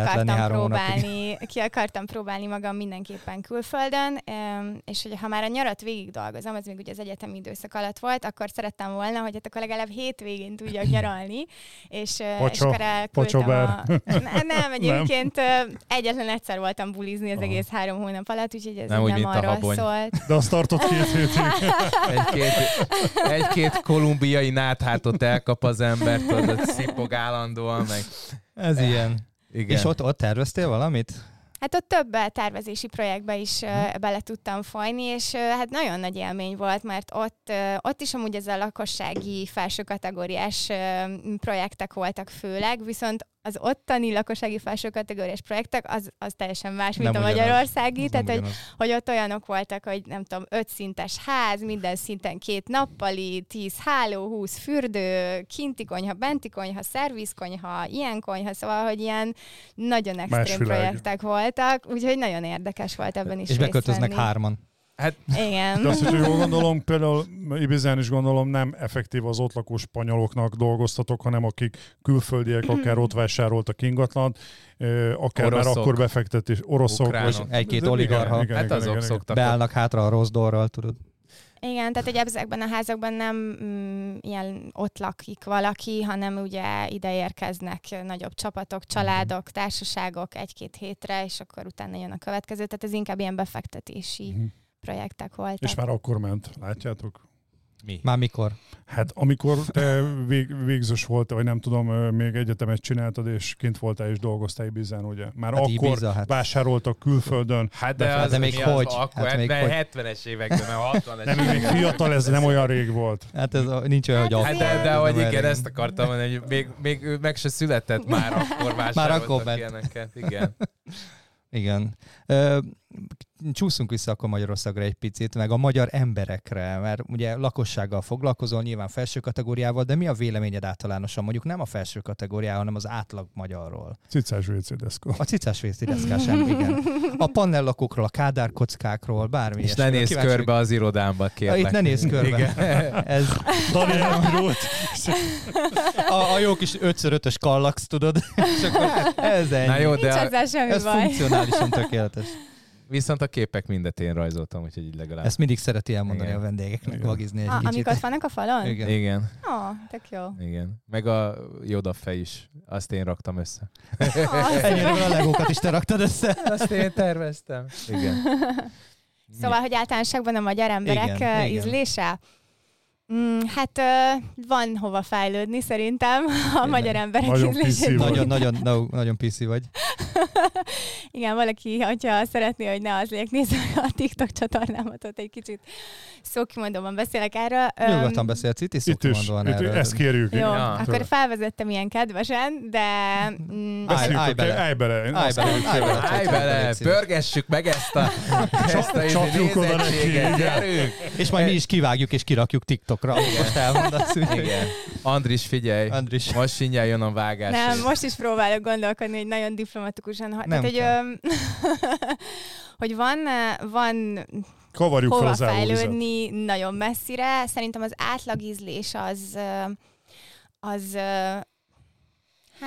ki akartam próbálni magam mindenképpen külföldön, és hogy ha már a nyarat végig dolgozom, ez még ugye az egyetemi időszak alatt volt, akkor szerettem volna, hogy hát akkor legalább hétvégén tudjak nyaralni, és akkor elküldtem Nem, egyébként egyetlen egyszer voltam bulizni az egész 3 hónap alatt, úgyhogy ez nem arról szólt. De azt tartott 2 hétig. Egy-két kolumbiai náthátot elkap az ember, tudod, szipog állandóan, meg... Ez ilyen. Igen. És ott terveztél valamit? Hát ott több tervezési projektbe is bele tudtam folyni, és hát nagyon nagy élmény volt, mert ott is amúgy ez a lakossági felső kategóriás projektek voltak főleg, viszont az ottani lakossági felső kategóriás projektek az teljesen más, mint a magyarországi, tehát hogy ott olyanok voltak, hogy nem tudom, 5 szintes ház, minden szinten 2 nappali, 10 háló, 20 fürdő, kinti konyha, benti konyha, szervizkonyha, ilyen konyha, szóval, hogy ilyen nagyon extrém projektek voltak, úgyhogy nagyon érdekes volt ebben is. És beköltöznek 3-an. Hát, igen. De azt, hogy jól gondolom, például Ibizán is gondolom, nem effektív az ott lakó spanyoloknak dolgoztatok, hanem akik külföldiek, akár ott vásároltak ingatlant, akár oroszok, már akkor befektetés, oroszok, vagy 1-2 oligarha. Hát azok szoktak. Beállnak hátra a rossz dorral, tudod. Igen, tehát hogy ezekben a házakban nem ilyen ott lakik valaki, hanem ugye ide érkeznek nagyobb csapatok, családok, társaságok 1-2 hétre, és akkor utána jön a következő. Tehát ez inkább ilyen befektetési projektek voltak. És már akkor ment, látjátok? Mi? Már mikor? Hát amikor te végzős voltál, vagy nem tudom, még egyetemet csináltad, és kint voltál és dolgoztál Ibizán, ugye? Már hát akkor Ibiza, vásároltak külföldön. Hát de még hogy? Akkor, még 70-es években, mert 60-es nem, még fiatal, ez nem olyan rég volt. Hát ez nincs olyan, hogy hát de hogy igen, ezt akartam mondani, hogy még ő meg se született már, akkor vásároltak ilyeneket. Igen. Igen. Csúszunk vissza akkor Magyarországra egy picit, meg a magyar emberekre, mert ugye lakossággal foglalkozol, nyilván felső kategóriával, de mi a véleményed általánosan? Mondjuk nem a felső kategóriával, hanem az átlag magyarról. Cicás WC-deszka. A cicás WC-deszka sem, igen. A pannellakókról, a kádárkockákról, bármi. És ne nézz körbe az irodámba, kérlek. Itt ne nézz körbe. Ez... Dani elpirult. A jó kis 5x5-ös kallax, tudod? És akkor ez ennyi. Na jó, de ez funkcionálisan tökéletes. Viszont a képek mindet én rajzoltam, úgyhogy így legalább. Ezt mindig szereti elmondani a vendégeknek, vagizni egy kicsit. Amik ott vannak a falon? Igen. Tök jó. Igen. Meg a Yoda fej is. Azt én raktam össze. Ennyire a legókat is te raktad össze. Azt én terveztem. Igen. Szóval, hogy általánosságban a magyar emberek ízlése? Hát van hova fejlődni szerintem a magyar emberek ízlését. Nagyon PC vagy. Igen, valaki, hogyha szeretné, hogy ne az légy, nézze a TikTok csatornámat, ott egy kicsit szókimondóban beszélek erről. Nyugodtan beszélsz, itt is szókimondóan erről. Ezt kérjük. Jó, akkor felvezettem ilyen kedvesen, de... Állj bele, pörgessük meg ezt a nézettséget, gyerünk! És majd mi is kivágjuk és kirakjuk TikTokra, most elmondasz. Igen. Andris, figyelj, most mindjárt jön a vágás. Nem, most is próbálok gondolkodni, hogy nagyon diplomatikusan. Tehát, hogy van kavarjuk hova fel fejlődni nagyon messzire. Szerintem az átlagízlés az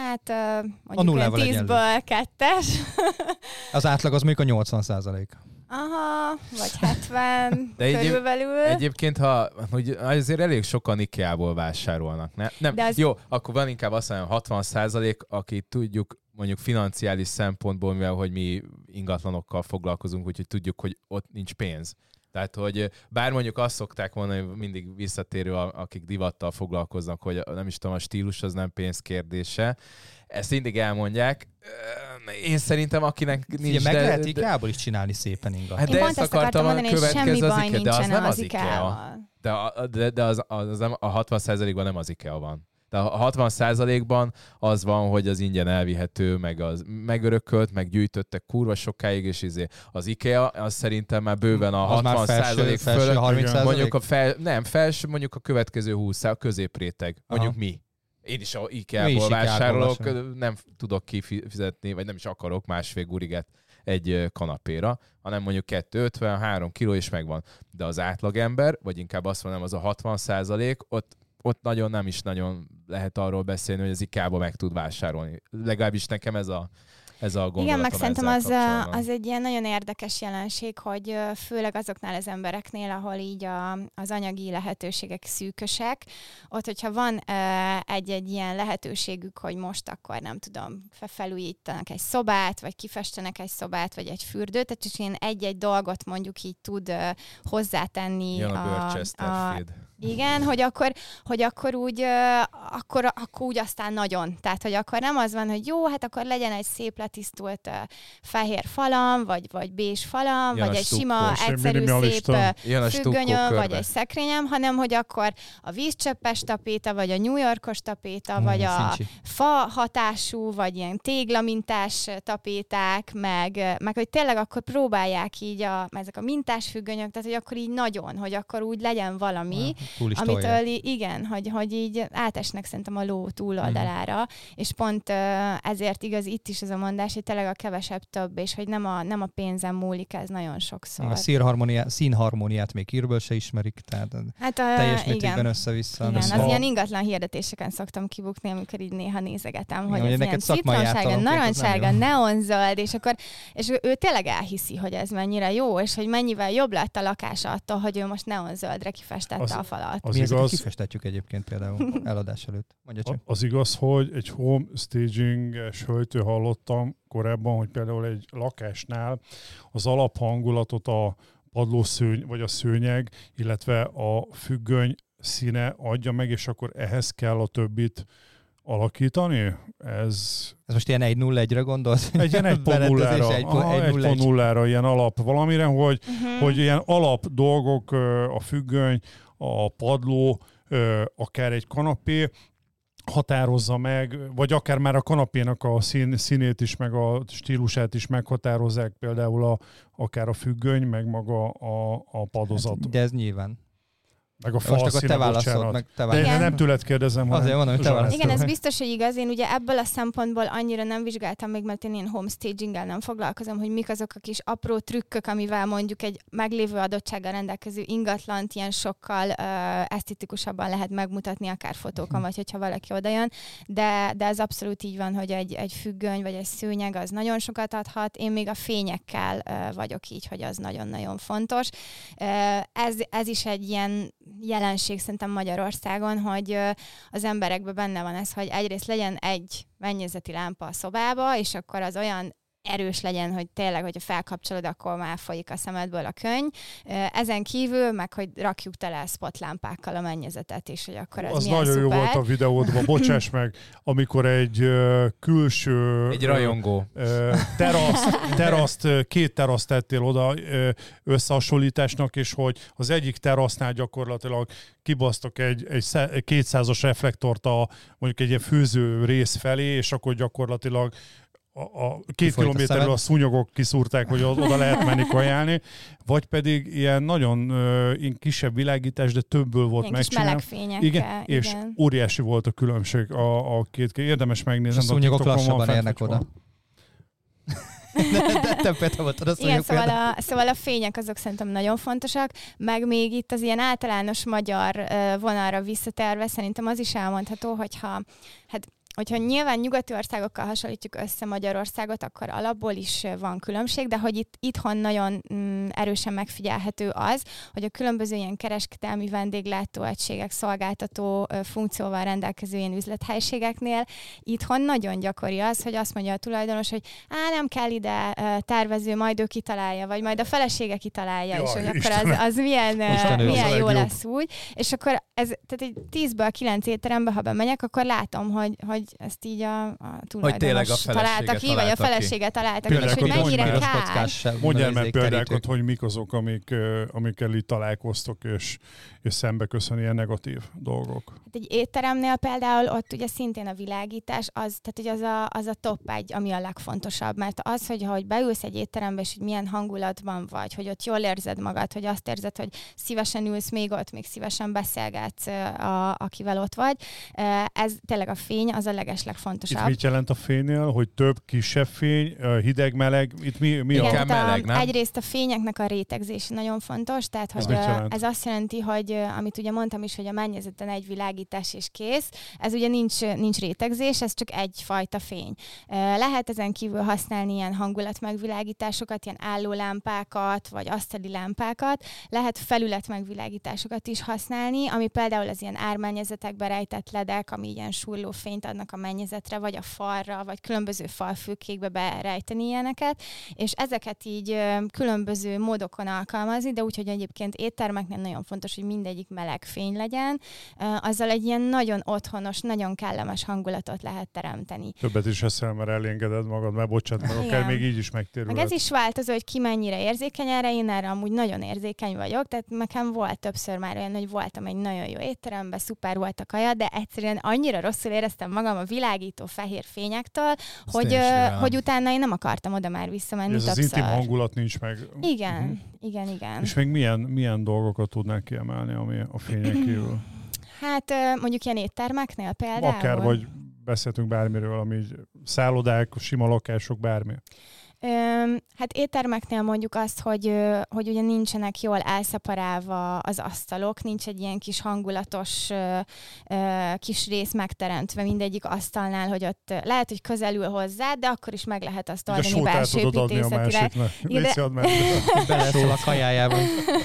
hát mondjuk 10-ből 2-es. Az átlag az mondjuk a 80%. Aha, vagy 70 körülbelül. Egyébként, hogy azért elég sokan IKEA-ból vásárolnak. Nem. Jó, akkor van inkább azt mondom, 60%, aki tudjuk mondjuk financiális szempontból, mivel hogy mi ingatlanokkal foglalkozunk, úgyhogy tudjuk, hogy ott nincs pénz. Tehát, hogy bár mondjuk azt szokták mondani, hogy mindig visszatérő, akik divattal foglalkoznak, hogy nem is tudom, a stílus az nem pénz kérdése. Ezt mindig elmondják. Én szerintem, akinek nincs... Meg lehet IKEA-ból is csinálni szépen ingat. Hát de ezt akartam mondani, hogy semmi baj nincsen az IKEA-val. De a 60%-ban nem az IKEA van. De a 60%-ban az van, hogy az ingyen elvihető, meg az megörökölt, meg gyűjtöttek kurva sokáig, és az IKEA, az szerintem már bőven a 60% fölött. 30%? Felső, mondjuk a következő 20, a középréteg, mondjuk mi. Én is a IKEA-ból vásárolok, nem tudok kifizetni, vagy nem is akarok másfél guriget egy kanapéra, hanem mondjuk 250-3 kiló és megvan. De az átlagember, vagy inkább azt mondom, az a 60%, ott nagyon nem is nagyon lehet arról beszélni, hogy az IKEA-ba meg tud vásárolni. Legalábbis nekem ez a gondolatom. Igen, meg szerintem az egy ilyen nagyon érdekes jelenség, hogy főleg azoknál az embereknél, ahol így az anyagi lehetőségek szűkösek, ott, hogyha van egy ilyen lehetőségük, hogy most akkor nem tudom, felújítanak egy szobát, vagy kifestenek egy szobát, vagy egy fürdőt, tehát csak ilyen egy-egy dolgot mondjuk így tud hozzátenni. Jön a Chesterfield. Igen, hogy akkor úgy aztán nagyon. Tehát, hogy akkor nem az van, hogy jó, hát akkor legyen egy szép letisztult fehér falam, vagy bés falam, vagy egy sima, egyszerű, szép függönyöm, vagy egy szekrényem, hanem hogy akkor a vízcsöppes tapéta, vagy a New Yorkos tapéta, vagy a fa hatású, vagy ilyen téglamintás tapéták, meg hogy tényleg akkor próbálják így ezek a mintás függönyök, tehát hogy akkor így nagyon, hogy akkor úgy legyen valami, amitől igen, hogy így átesnek szerintem a ló túloldalára, és pont ezért igaz itt is ez a mondás, hogy tényleg a kevesebb több, és hogy nem a pénzen múlik ez nagyon sokszor. A színharmóniát még hírből se ismerik, tehát teljes mértékben össze-vissza. Igen, az ilyen ingatlan hirdetéseken szoktam kibukni, amikor így néha nézegetem, hogy ez ilyen citronsárga, narancssárga, neonzöld, és ő tényleg elhiszi, hogy ez mennyire jó, és hogy mennyivel jobb lett a lakása attól, hogy ő most neonzöldre kifestette a falat. Mi ezeket kifestetjük egyébként például eladás előtt. Az igaz, hogy egy home staging-es hölgytől hallottam korábban, hogy például egy lakásnál az alaphangulatot a padlószőny vagy a szőnyeg, illetve a függöny színe adja meg, és akkor ehhez kell a többit alakítani? Ez most ilyen 1.01-re gondolsz? Egy ilyen 1.0-ra, ilyen alap valamire, hogy ilyen alap dolgok, a függöny, a padló, akár egy kanapé határozza meg, vagy akár már a kanapénak a színét is, meg a stílusát is meghatározzák, például akár a függöny, meg maga a padozat. Hát, de ez nyilván. Meg a falszíne, bocsánat. De nem tőled kérdezem. Azért mondom, hogy te választod. Igen, ez biztos, hogy igaz. Én ugye ebből a szempontból annyira nem vizsgáltam még, mert én ilyen homestaging-gel nem foglalkozom, hogy mik azok a kis apró trükkök, amivel mondjuk egy meglévő adottsággal rendelkező ingatlant ilyen sokkal esztetikusabban lehet megmutatni, akár fotókon, vagy hogyha valaki odajön. De ez abszolút így van, hogy egy függöny, vagy egy szőnyeg az nagyon sokat adhat. Én még a fényekkel vagyok így, hogy az nagyon-nagyon fontos. Ez is egy ilyen jelenség szerintem Magyarországon, hogy az emberekben benne van ez, hogy egyrészt legyen egy mennyezeti lámpa a szobába, és akkor az olyan erős legyen, hogy tényleg, hogyha felkapcsolod, akkor már folyik a szemedből a könny. Ezen kívül, meg hogy rakjuk tele spotlámpákkal a mennyezetet, és hogy akkor az milyen nagyon szuper. Jó volt a videódban, bocsáss meg, amikor egy külső... Egy rajongó. Két teraszt tettél oda összehasonlításnak, és hogy az egyik terasznál gyakorlatilag kibasztok egy 200-as reflektort mondjuk egy ilyen főző rész felé, és akkor gyakorlatilag a 2 kilométerről a szúnyogok kiszúrták, hogy oda lehet menni kajálni, vagy pedig ilyen nagyon kisebb világítás, de többből volt megcsinálva. Kis melegfényekkel. Igen, és óriási volt a különbség a két. Érdemes megnézni. És a szúnyogok lassabban érnek oda. Igen, szóval a fények azok szerintem nagyon fontosak, meg még itt az ilyen általános magyar vonalra visszatérve szerintem az is elmondható, hogyha hát hogyha nyilván nyugati országokkal hasonlítjuk össze Magyarországot, akkor alapból is van különbség, de hogy itthon nagyon erősen megfigyelhető az, hogy a különböző ilyen kereskedelmi vendéglátóegységek, szolgáltató funkcióval rendelkező ilyen üzlethelyiségeknél itthon nagyon gyakori az, hogy azt mondja a tulajdonos, hogy nem kell ide tervező, majd ő kitalálja, vagy majd a felesége kitalálja, és hogy akkor az milyen jó lesz úgy. És akkor tehát egy 10-ből 9 étterembe, ha bemegyek, akkor látom, hogy ezt így a tulajdonos találta ki, vagy a felesége találta ki, és hogy mennyire kár. Mondjál meg példákat, hogy mik azok, amikkel így találkoztok, és szembe köszön ilyen negatív dolgok. Hát egy étteremnél például ott ugye szintén a világítás, tehát hogy az a top egy, ami a legfontosabb, mert az, hogy beülsz egy étterembe, és hogy milyen hangulatban vagy, hogy ott jól érzed magad, hogy azt érzed, hogy szívesen ülsz még ott, még szívesen beszélgetsz akivel ott vagy. Ez tényleg a fény, az a legfontosabb. Itt mit jelent a fénynél, hogy több, kisebb fény, hideg, meleg? Itt mi igen, meleg, nem? Egyrészt a fényeknek a rétegzés nagyon fontos, tehát hogy ez azt jelenti, hogy amit ugye mondtam is, hogy a mennyezeten egy világítás és kész, ez ugye nincs rétegzés, ez csak egyfajta fény. Lehet ezen kívül használni ilyen hangulatmegvilágításokat, ilyen állólámpákat, vagy asztali lámpákat, lehet felületmegvilágításokat is használni, ami például az ilyen ármennyezetekbe rejtett ledek, ami ilyen surló fényt adnak a mennyezetre, vagy a falra, vagy különböző falfülkékbe berejteni ilyeneket, és ezeket így különböző módokon alkalmazni, de úgy, hogy egyébként éttermeknél nagyon fontos, hogy mindegyik meleg fény legyen, azzal egy ilyen nagyon otthonos, nagyon kellemes hangulatot lehet teremteni. Többet is eszel, mert elengeded magad, mert bocsánat, meg akár még így is megtérülhet. Meg ez is változó, hogy ki mennyire érzékeny erre, én erre amúgy nagyon érzékeny vagyok, tehát nekem volt többször már olyan, hogy voltam egy nagyon jó étteremben, szuper volt a kaja, de egyszerűen annyira rosszul éreztem magam a világító fehér fényektől, hogy utána én nem akartam oda már visszamenni többször. Ez az intim hangulat nincs meg. Igen. És még milyen dolgokat tudnál kiemelni, ami a fényen kívül? Hát mondjuk ilyen éttermeknél például. Akár, vagy beszéltünk bármiről, ami szállodák, sima lakások, bármi. Hát éttermeknél mondjuk azt, hogy ugye nincsenek jól elszeparálva az asztalok, nincs egy ilyen kis hangulatos kis rész megteremtve mindegyik asztalnál, hogy ott lehet, hogy közelül hozzá, de akkor is meg lehet azt oldani belső építészetileg. Beleszól a kajájába.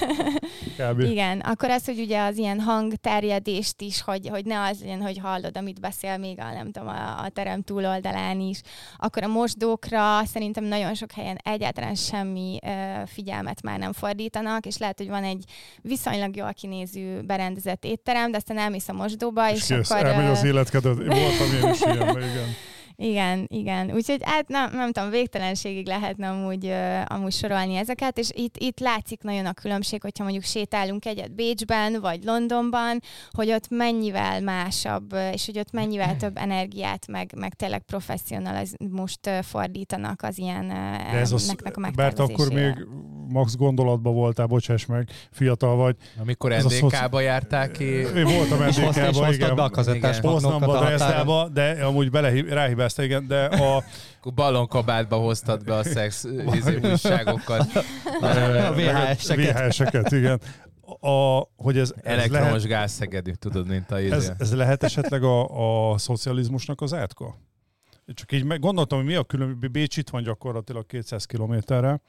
Igen, akkor az, hogy ugye az ilyen hangterjedést is, hogy ne az legyen, hogy hallod, amit beszél még a terem túloldalán is. Akkor a mosdókra szerintem nagyon sok helyen egyáltalán semmi figyelmet már nem fordítanak, és lehet, hogy van egy viszonylag jól kinéző berendezett étterem, de aztán elmész a mosdóba, és akkor... elmegy az életkedőt. Voltam én is ilyenben, igen. Igen. Úgyhogy nem tudom, végtelenségig lehetne amúgy sorolni ezeket, és itt látszik nagyon a különbség, hogyha mondjuk sétálunk egyet Bécsben, vagy Londonban, hogy ott mennyivel másabb, és hogy ott mennyivel több energiát, meg tényleg professzionalizmust fordítanak az ilyennek a megtervezésére. Mert akkor még max gondolatban voltál, bocsáss meg, fiatal vagy. Amikor NDK-ba jártál ki. Én voltam NDK-ba, igen. Poznanba, Dresdába, de amúgy ráhibáztál, igen, de a... Ballonkabátba hoztad be a szex újságokat. A VHS-eket, igen. Hogy ez elektromos lehet, gázszegedű, tudod, mint a ez lehet esetleg a szocializmusnak az átka? Csak így gondoltam, hogy mi a különböző, Bécs itt van gyakorlatilag 200 kilométerre.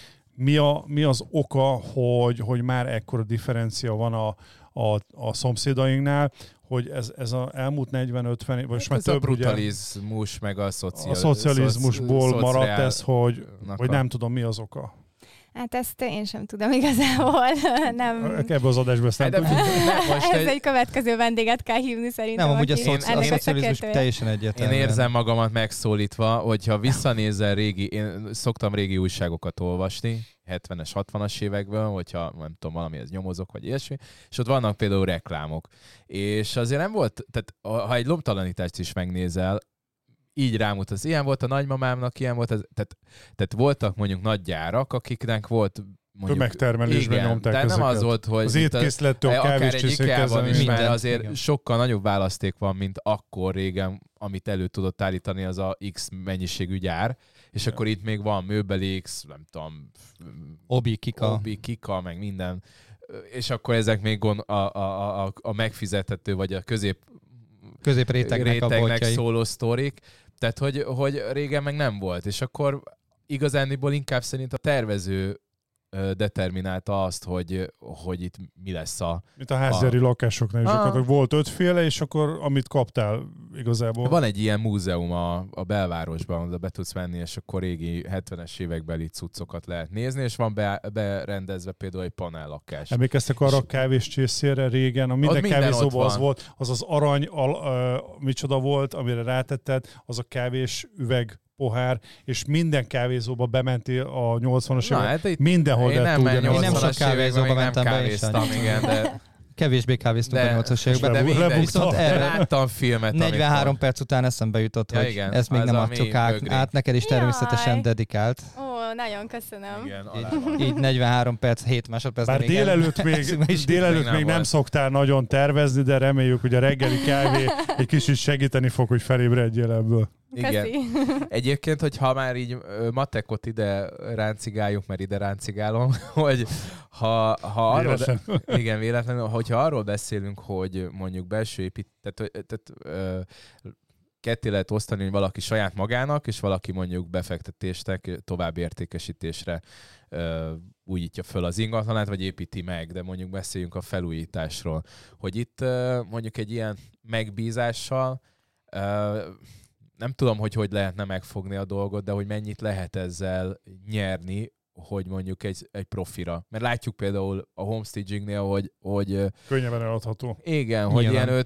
Mi az oka, hogy már ekkora differencia van a szomszédainknál, hogy ez az elmúlt 40-50 év, vagy már több, a brutalizmus, ugye, meg a szocializmusból maradt ez, hogy nem tudom, mi az oka. Hát ezt én sem tudom igazából. Nem. Ebbe az adásba ezt nem tudjuk. Ez egy következő vendéget kell hívni szerintem. Nem, amúgy a szocializmus teljesen egyértelmű. Én érzem magamat megszólítva, hogyha visszanézel én szoktam régi újságokat olvasni, 70-es, 60-as évekből, hogyha nem tudom, valamihez nyomozok, vagy ilyesmi, és ott vannak például reklámok. És azért nem volt, tehát ha egy lomtalanítást is megnézel, így rámutatsz. Ilyen volt a nagymamámnak, ilyen volt, tehát voltak mondjuk nagy gyárak, akiknek volt mondjuk... Tömegtermelésben nyomták ezeket. Nem az volt, hogy... Az étkészlettől, akár egy IKEA-ban is, mert azért igen. sokkal nagyobb választék van, mint akkor régen, amit elő tudott állítani az a X mennyiségű gyár, és akkor itt még van Möbelix, nem tudom... Obi, Kika, meg minden. És akkor ezek még a megfizethető, vagy a középrétegnek szóló sztorik. Tehát, hogy régen meg nem volt. És akkor igazániból inkább szerint a tervező determinálta azt, hogy itt mi lesz mint a háziári lakásoknál is. Akkor volt 5 féle, és akkor amit kaptál igazából. Van egy ilyen múzeum a belvárosban, oda be tudsz menni, és akkor régi 70-es évekbeli cuccokat lehet nézni, és van berendezve például egy panellakás. Emlékeztek arra a kávés csészére régen? A minden kávézóban az volt, az arany, micsoda volt, amire rátetted, az a kávés üveg pohár, és minden kávézóba bementél a 80-as évek. Mindenhol lett ugyanaz. Én nem sok kávézóba mentem be, de kevésbé kávéztunk a 80-as években. De viszont erre láttam filmet. 43 perc után eszembe jutott, hogy igen, ezt még nem adtuk át neked is természetesen dedikált. Ó, nagyon köszönöm. Igen, így 43 perc, 7 másodperc. Bár délelőtt még nem szoktál nagyon tervezni, de reméljük, hogy a reggeli kávé egy kicsit segíteni fog, hogy felébredjél ebből. Igen. Egyébként, hogyha már így matekot ide ráncigáljuk, mert ide ráncigálom, hogy ha arról, igen, véletlenül, hogyha arról beszélünk, hogy mondjuk belső ketté lehet osztani, hogy valaki saját magának, és valaki mondjuk befektetésnek, további értékesítésre újítja föl az ingatlanát, vagy építi meg, de mondjuk beszéljünk a felújításról. Hogy itt mondjuk egy ilyen megbízással nem tudom, hogy lehetne megfogni a dolgot, de hogy mennyit lehet ezzel nyerni, hogy mondjuk egy profira. Mert látjuk például a homestagingnél, hogy könnyebben eladható. Igen, hogy ilyen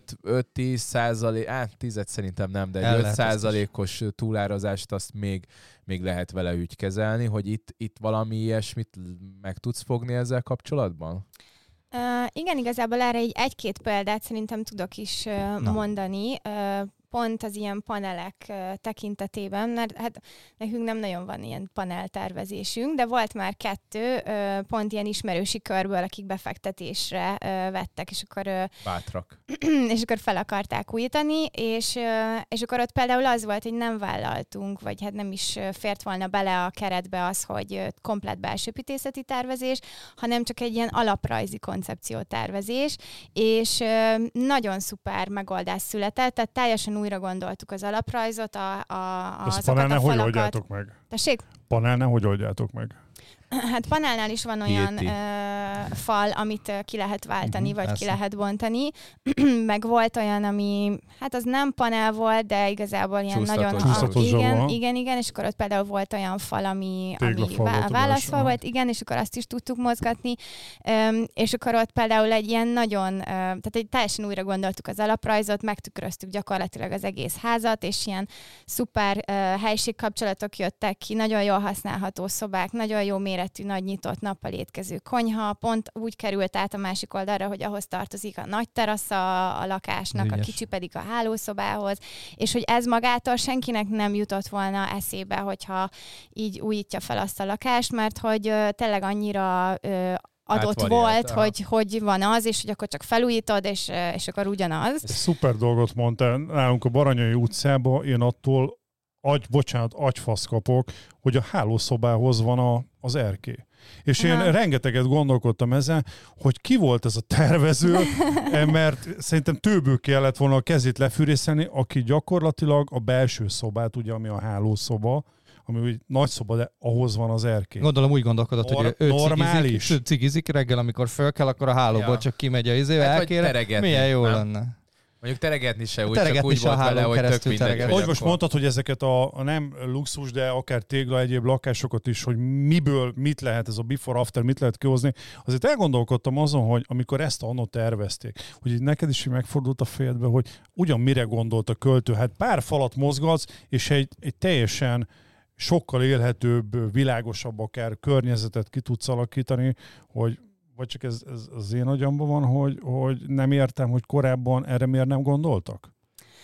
5-10%, 10 szerintem nem, de egy 5%-os túlárazást azt még lehet vele úgy kezelni, hogy itt valami ilyesmit meg tudsz fogni ezzel kapcsolatban? Igen, igazából erre egy-két példát szerintem tudok is mondani. Pont az ilyen panelek tekintetében, mert hát nekünk nem nagyon van ilyen paneltervezésünk, de volt már 2 pont ilyen ismerősi körből, akik befektetésre vettek, és akkor bátrak. És akkor fel akarták újítani, és akkor ott például az volt, hogy nem vállaltunk, vagy hát nem is fért volna bele a keretbe az, hogy komplett belsőépítészeti tervezés, hanem csak egy ilyen alaprajzi koncepciótervezés, és nagyon szuper megoldás született, tehát teljesen újra gondoltuk az alaprajzot, azokat panelnál a falakat. Hogy oldjátok meg? Tessék? Panelnál hogy oldjátok meg? Hát panelnál is van olyan fal, amit ki lehet váltani, vagy ki lehet bontani. Meg volt olyan, ami, hát az nem panel volt, de igazából ilyen nagyon... Igen, és akkor ott például volt olyan fal, ami válaszfal volt, igen, és akkor azt is tudtuk mozgatni. És akkor ott például egy ilyen nagyon, tehát egy teljesen újra gondoltuk az alaprajzot, megtükröztük gyakorlatilag az egész házat, és ilyen szuper helységkapcsolatok jöttek ki, nagyon jól használható szobák, nagyon jó méretű, nagy nyitott nappal étkező konyha, pont úgy került át a másik oldalra, hogy ahhoz tartozik a nagy terasza a lakásnak, a kicsi pedig a hálószobához, és hogy ez magától senkinek nem jutott volna eszébe, hogyha így újítja fel azt a lakást, mert hogy tényleg annyira adott volt, hogy van az, és hogy akkor csak felújítod, és akkor ugyanaz. Szuper dolgot mondtál. Nálunk a Baranyai utcában én attól agyfasz kapok, hogy a hálószobához van az erkély. És én rengeteget gondolkodtam ezen, hogy ki volt ez a tervező, mert szerintem többől kellett volna a kezét lefűrészelni, aki gyakorlatilag a belső szobát, ugye, ami a hálószoba, ami úgy nagy szoba, de ahhoz van az erkély. Gondolom úgy gondolkodott, hogy ő cigizik reggel, amikor föl kell, akkor a hálóból csak kimegy a elkére. Milyen jó lenne. Mondjuk teregetni se úgy, csak úgy volt vele, hogy tök mindegy. Hogy most mondtad, hogy ezeket a nem luxus, de akár tégla, egyéb lakásokat is, hogy miből mit lehet ez a before-after, mit lehet kihozni. Azért elgondolkodtam azon, hogy amikor ezt annó tervezték, hogy így neked is megfordult a fejedbe, hogy ugyan mire gondolt a költő. Hát pár falat mozgatsz, és egy teljesen sokkal élhetőbb, világosabb akár környezetet ki tudsz alakítani, hogy vagy csak ez az én agyamban van, hogy nem értem, hogy korábban erre miért nem gondoltak?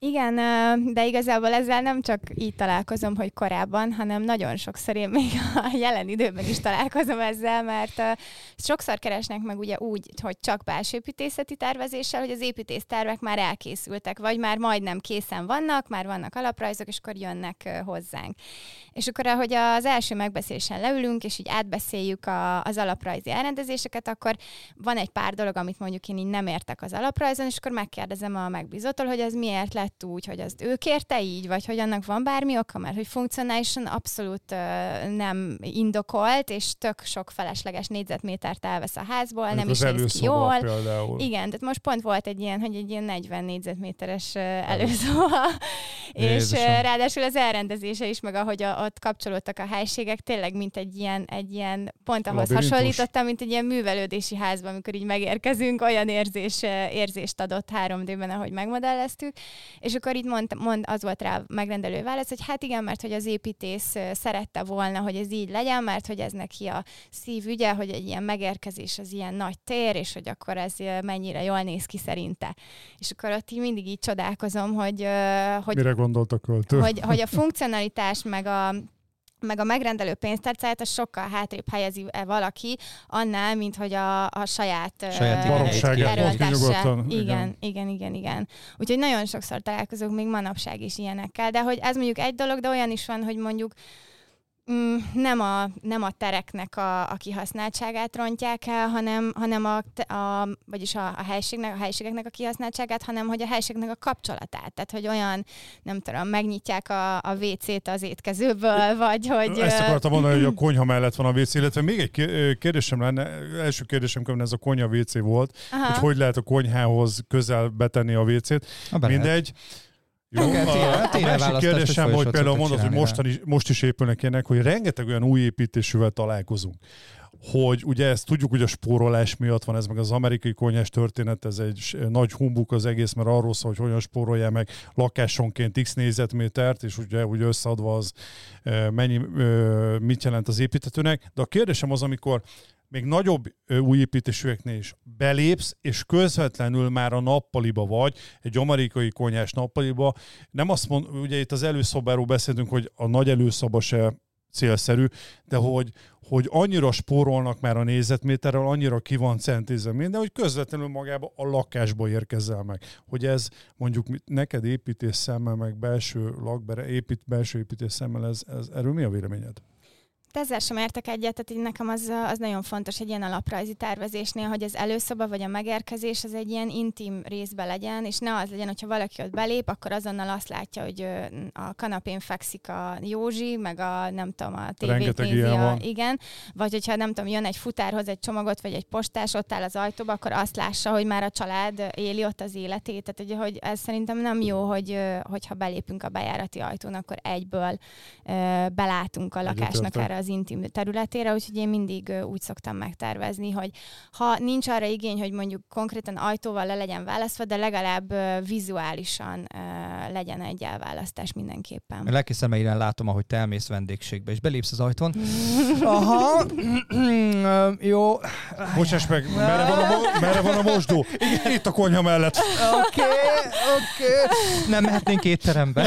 Igen, de igazából ezzel nem csak így találkozom, hogy korábban, hanem nagyon sokszor én még a jelen időben is találkozom ezzel, mert sokszor keresnek meg ugye úgy, hogy csak belsőépítészeti tervezéssel, hogy az építésztervek már elkészültek, vagy már majdnem készen vannak, már vannak alaprajzok, és akkor jönnek hozzánk. És akkor, ahogy az első megbeszélésen leülünk, és így átbeszéljük az alaprajzi elrendezéseket, akkor van egy pár dolog, amit mondjuk én így nem értek az alaprajzon, és akkor megkérdezem a megbízottól, hogy az miért lett úgy, hogy azt ő kérte így, vagy hogy annak van bármi oka, mert hogy funkcionálisan abszolút nem indokolt, és tök sok felesleges négyzetmétert elvesz a házból, nem is néz ki jól. Például. Igen, tehát most pont volt egy ilyen, hogy egy ilyen 40 négyzetméteres előszoba, és ráadásul az elrendezése is, meg ahogy ott kapcsolódtak a helységek, tényleg mint egy ilyen pont ahhoz hasonlítottam, mint egy ilyen művelődési házban, amikor így megérkezünk, olyan érzést adott 3D-ben, ahogy megmodelleztük. És akkor itt az volt rá megrendelő válasz, hogy hát igen, mert hogy az építész szerette volna, hogy ez így legyen, mert hogy ez neki a szívügye, hogy egy ilyen megérkezés az ilyen nagy tér, és hogy akkor ez mennyire jól néz ki szerinte. És akkor ott így mindig így csodálkozom, hogy mire gondolt a költő? Hogy a funkcionalitás meg a megrendelő pénztárcáját az sokkal hátrébb helyezi valaki annál, mint hogy a saját erőltesse. Igen. Úgyhogy nagyon sokszor találkozok még manapság is ilyenekkel, de hogy ez mondjuk egy dolog, de olyan is van, hogy mondjuk nem a tereknek a kihasználtságát rontják el, hanem vagyis a helységeknek a kihasználtságát, hanem hogy a helységnek a kapcsolatát. Tehát, hogy olyan, nem tudom, megnyitják a WC-t az étkezőből, vagy hogy... Ezt akartam mondani, hogy a konyha mellett van a WC, illetve még egy kérdésem lenne, első kérdésem ez a konyha WC volt, hogy lehet a konyhához közel betenni a WC-t. Mindegy. Jó, a másik kérdésem, hogy például mondod, hogy most is épülnek ilyenek, hogy rengeteg olyan új építésűvel találkozunk. Hogy ugye ezt tudjuk, hogy a spórolás miatt van ez, meg az amerikai konyhás történet, ez egy nagy humbuk az egész, mert arról szól, hogy hogyan spórolják meg lakásonként x négyzetmétert, és ugye úgy összeadva az mit jelent az építetőnek. De a kérdésem az, amikor még nagyobb új építésűeknél is belépsz, és közvetlenül már a nappaliba vagy, egy amerikai konyhás nappaliba. Nem azt mond, ugye itt az előszobáról beszélünk, hogy a nagy előszoba se célszerű, de hogy annyira spórolnak már a négyzetméterrel, annyira ki van centézve minden, hogy közvetlenül magába a lakásba érkezel meg. Hogy ez mondjuk neked építés szemmel, meg belső építés szemmel, erről mi a véleményed? Ezzel sem értek egyet, tehát nekem az nagyon fontos egy ilyen alaprajzi tervezésnél, hogy az előszoba vagy a megérkezés az egy ilyen intim részbe legyen, és ne az legyen, hogyha valaki ott belép, akkor azonnal azt látja, hogy a kanapén fekszik a Józsi, meg a tévét nézi, igen, vagy hogyha nem tudom, jön egy futárhoz egy csomagot, vagy egy postás, ott áll az ajtóba, akkor azt lássa, hogy már a család éli ott az életét. Tehát, hogy ez szerintem nem jó, hogyha belépünk a bejárati ajtón, akkor egyből belátunk a lakásnak erre az intim területére, úgyhogy én mindig úgy szoktam megtervezni, hogy ha nincs arra igény, hogy mondjuk konkrétan ajtóval le legyen választva, de legalább vizuálisan legyen egy elválasztás mindenképpen. A lelki szemeiren látom, ahogy te elmész vendégségbe, és belépsz az ajtón. Aha, jó. Bocsáss meg, merre van a mosdó? Itt a konyha mellett. Oké. Nem mehetnénk étterembe.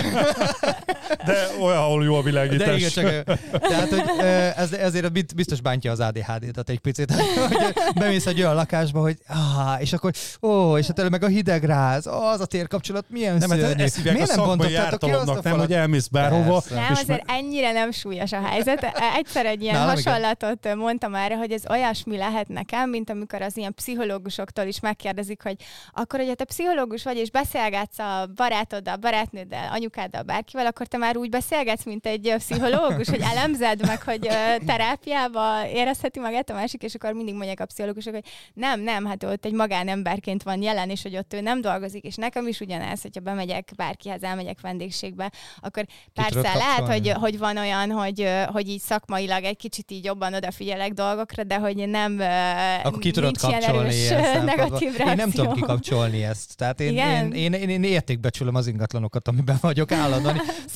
De olyan, ahol jó a világítás. De igen, csak, tehát, hogy ezért biztos bántja az ADHD-t egy picit, hogy bemész egy olyan lakásba, hogy és akkor, és hát meg a hidegráz, az a térkapcsolat milyen szörnyű. Nem, ezt hívják a szakmai ártalomnak, nem, hogy elmész bárhova. Nem, azért ennyire nem súlyos a helyzet. Egyszer egy ilyen hasonlatot mondtam erre, hogy ez olyasmi lehet nekem, mint amikor az ilyen pszichológusoktól is megkérdezik, hogy akkor, hogy te pszichológus vagy, és beszélgetsz a barátoddal, barátnőddel, anyukáddal, bárkivel, akkor te már úgy beszélgetsz, mint egy pszichológus, hogy elemzed meg, hogy terápiába érezheti magát a másik, és akkor mindig mondják a pszichológusok, hogy nem, hát ott egy magánemberként van jelen, és hogy ott ő nem dolgozik, és nekem is ugyanez, hogyha bemegyek bárkihez, elmegyek vendégségbe, akkor persze lehet, hogy van olyan, hogy így szakmailag egy kicsit így jobban odafigyelek dolgokra, de hogy nem akkor ki tudod kapcsolni ezt. Én nem tudom kikapcsolni ezt. Tehát én értékbecsülöm az ingatlanokat, amiben vagyok állandóan.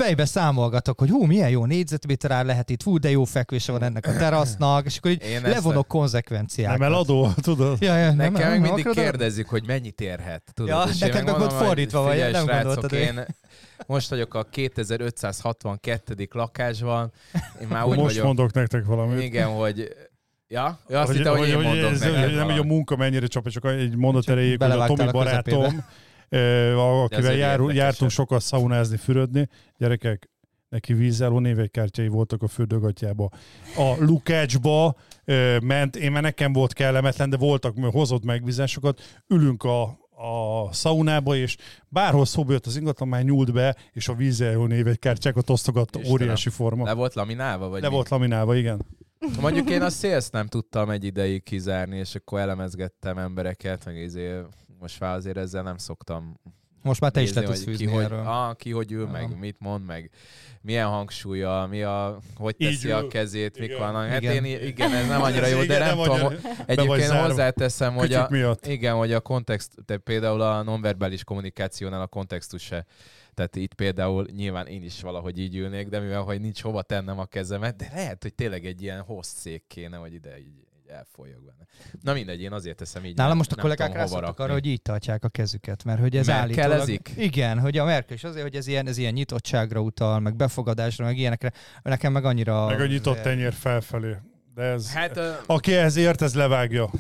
fejbe számolgatok, hogy milyen jó négyzetméter áll lehet itt, de jó fekvése van ennek a terasznak, és akkor így levonok konzekvenciákat. Nem eladó, tudod? Ja, nekem meg mindig kérdezik, hogy mennyit érhet. Tudod? Ja, neked meg ott fordítva vagy, nem gondoltad. Én most vagyok a 2562. lakásban. Én már úgy most vagyok, mondok nektek valamit. Igen, hogy... Ja, azt hittem, hogy én mondok neked nem, hogy a munka mennyire csapja, csak egy mondat erejéig, hogy a Tomi barátom, akivel jártunk sokat szaunázni, fürödni. Gyerekek, neki vízzeló névegykártyái voltak a fürdőgatjába. A Lukácsba ment, mert nekem volt kellemetlen, de voltak, hozott megbízásokat, ülünk a szaunába, és bárhol szóba jött az ingatlan, már nyúlt be, és a vízzeló névegykártyákat osztogatta, óriási forma. Le volt laminálva? Vagy volt laminálva, igen. Mondjuk én a sales nem tudtam egy ideig kizárni, és akkor elemezgettem embereket, meg most már azért ezzel nem szoktam. Most már te is le tudsz fűzni erről. Ki hogy ül, meg mit mond, meg milyen hangsúlya, hogy teszi a kezét, mik vannak. Hát igen, ez nem annyira jó, de nem tudom. Egyébként hozzáteszem, hogy hogy a kontext, például a nonverbális kommunikációnál a kontextus se. Tehát itt például nyilván én is valahogy így ülnék, de mivel hogy nincs hova tennem a kezemet, de lehet, hogy tényleg egy ilyen hosszék kéne, hogy ide így elfolyok benne. Na mindegy, én azért teszem így. Nálam most a kollégák rászoktak arra, hogy így tartják a kezüket, mert hogy ez állítólag... Igen, hogy a Merkel is azért, hogy ez ilyen nyitottságra utal, meg befogadásra, meg ilyenekre. Nekem meg annyira... Meg a nyitott tenyér felfelé. De ez... Aki ehhez ért, ez levágja.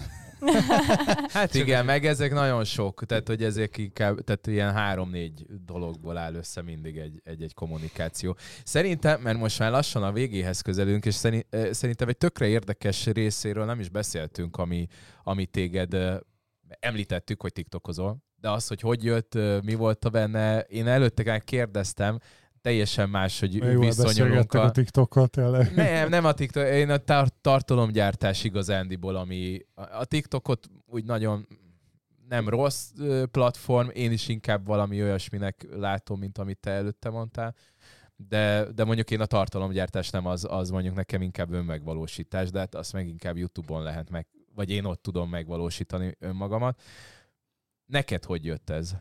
Hát igen, meg ezek nagyon sok, tehát hogy ezek inkább, tehát ilyen 3-4 dologból áll össze mindig egy kommunikáció. Szerintem, mert most már lassan a végéhez közelünk, és szerintem egy tökre érdekes részéről nem is beszéltünk, ami téged említettük, hogy tiktokozol, de az, hogy jött, mi volt a benne, én előtte kérdeztem, teljesen más, hogy viszonyulunk a TikTokkal tényleg. Nem a TikTok, én a tartalomgyártás igazándiból, ami a TikTokot úgy nagyon nem rossz platform, én is inkább valami olyasminek látom, mint amit te előtte mondtál, de mondjuk én a tartalomgyártás nem az mondjuk nekem inkább önmegvalósítás, de hát azt meg inkább YouTube-on lehet vagy én ott tudom megvalósítani önmagamat. Neked hogy jött ez?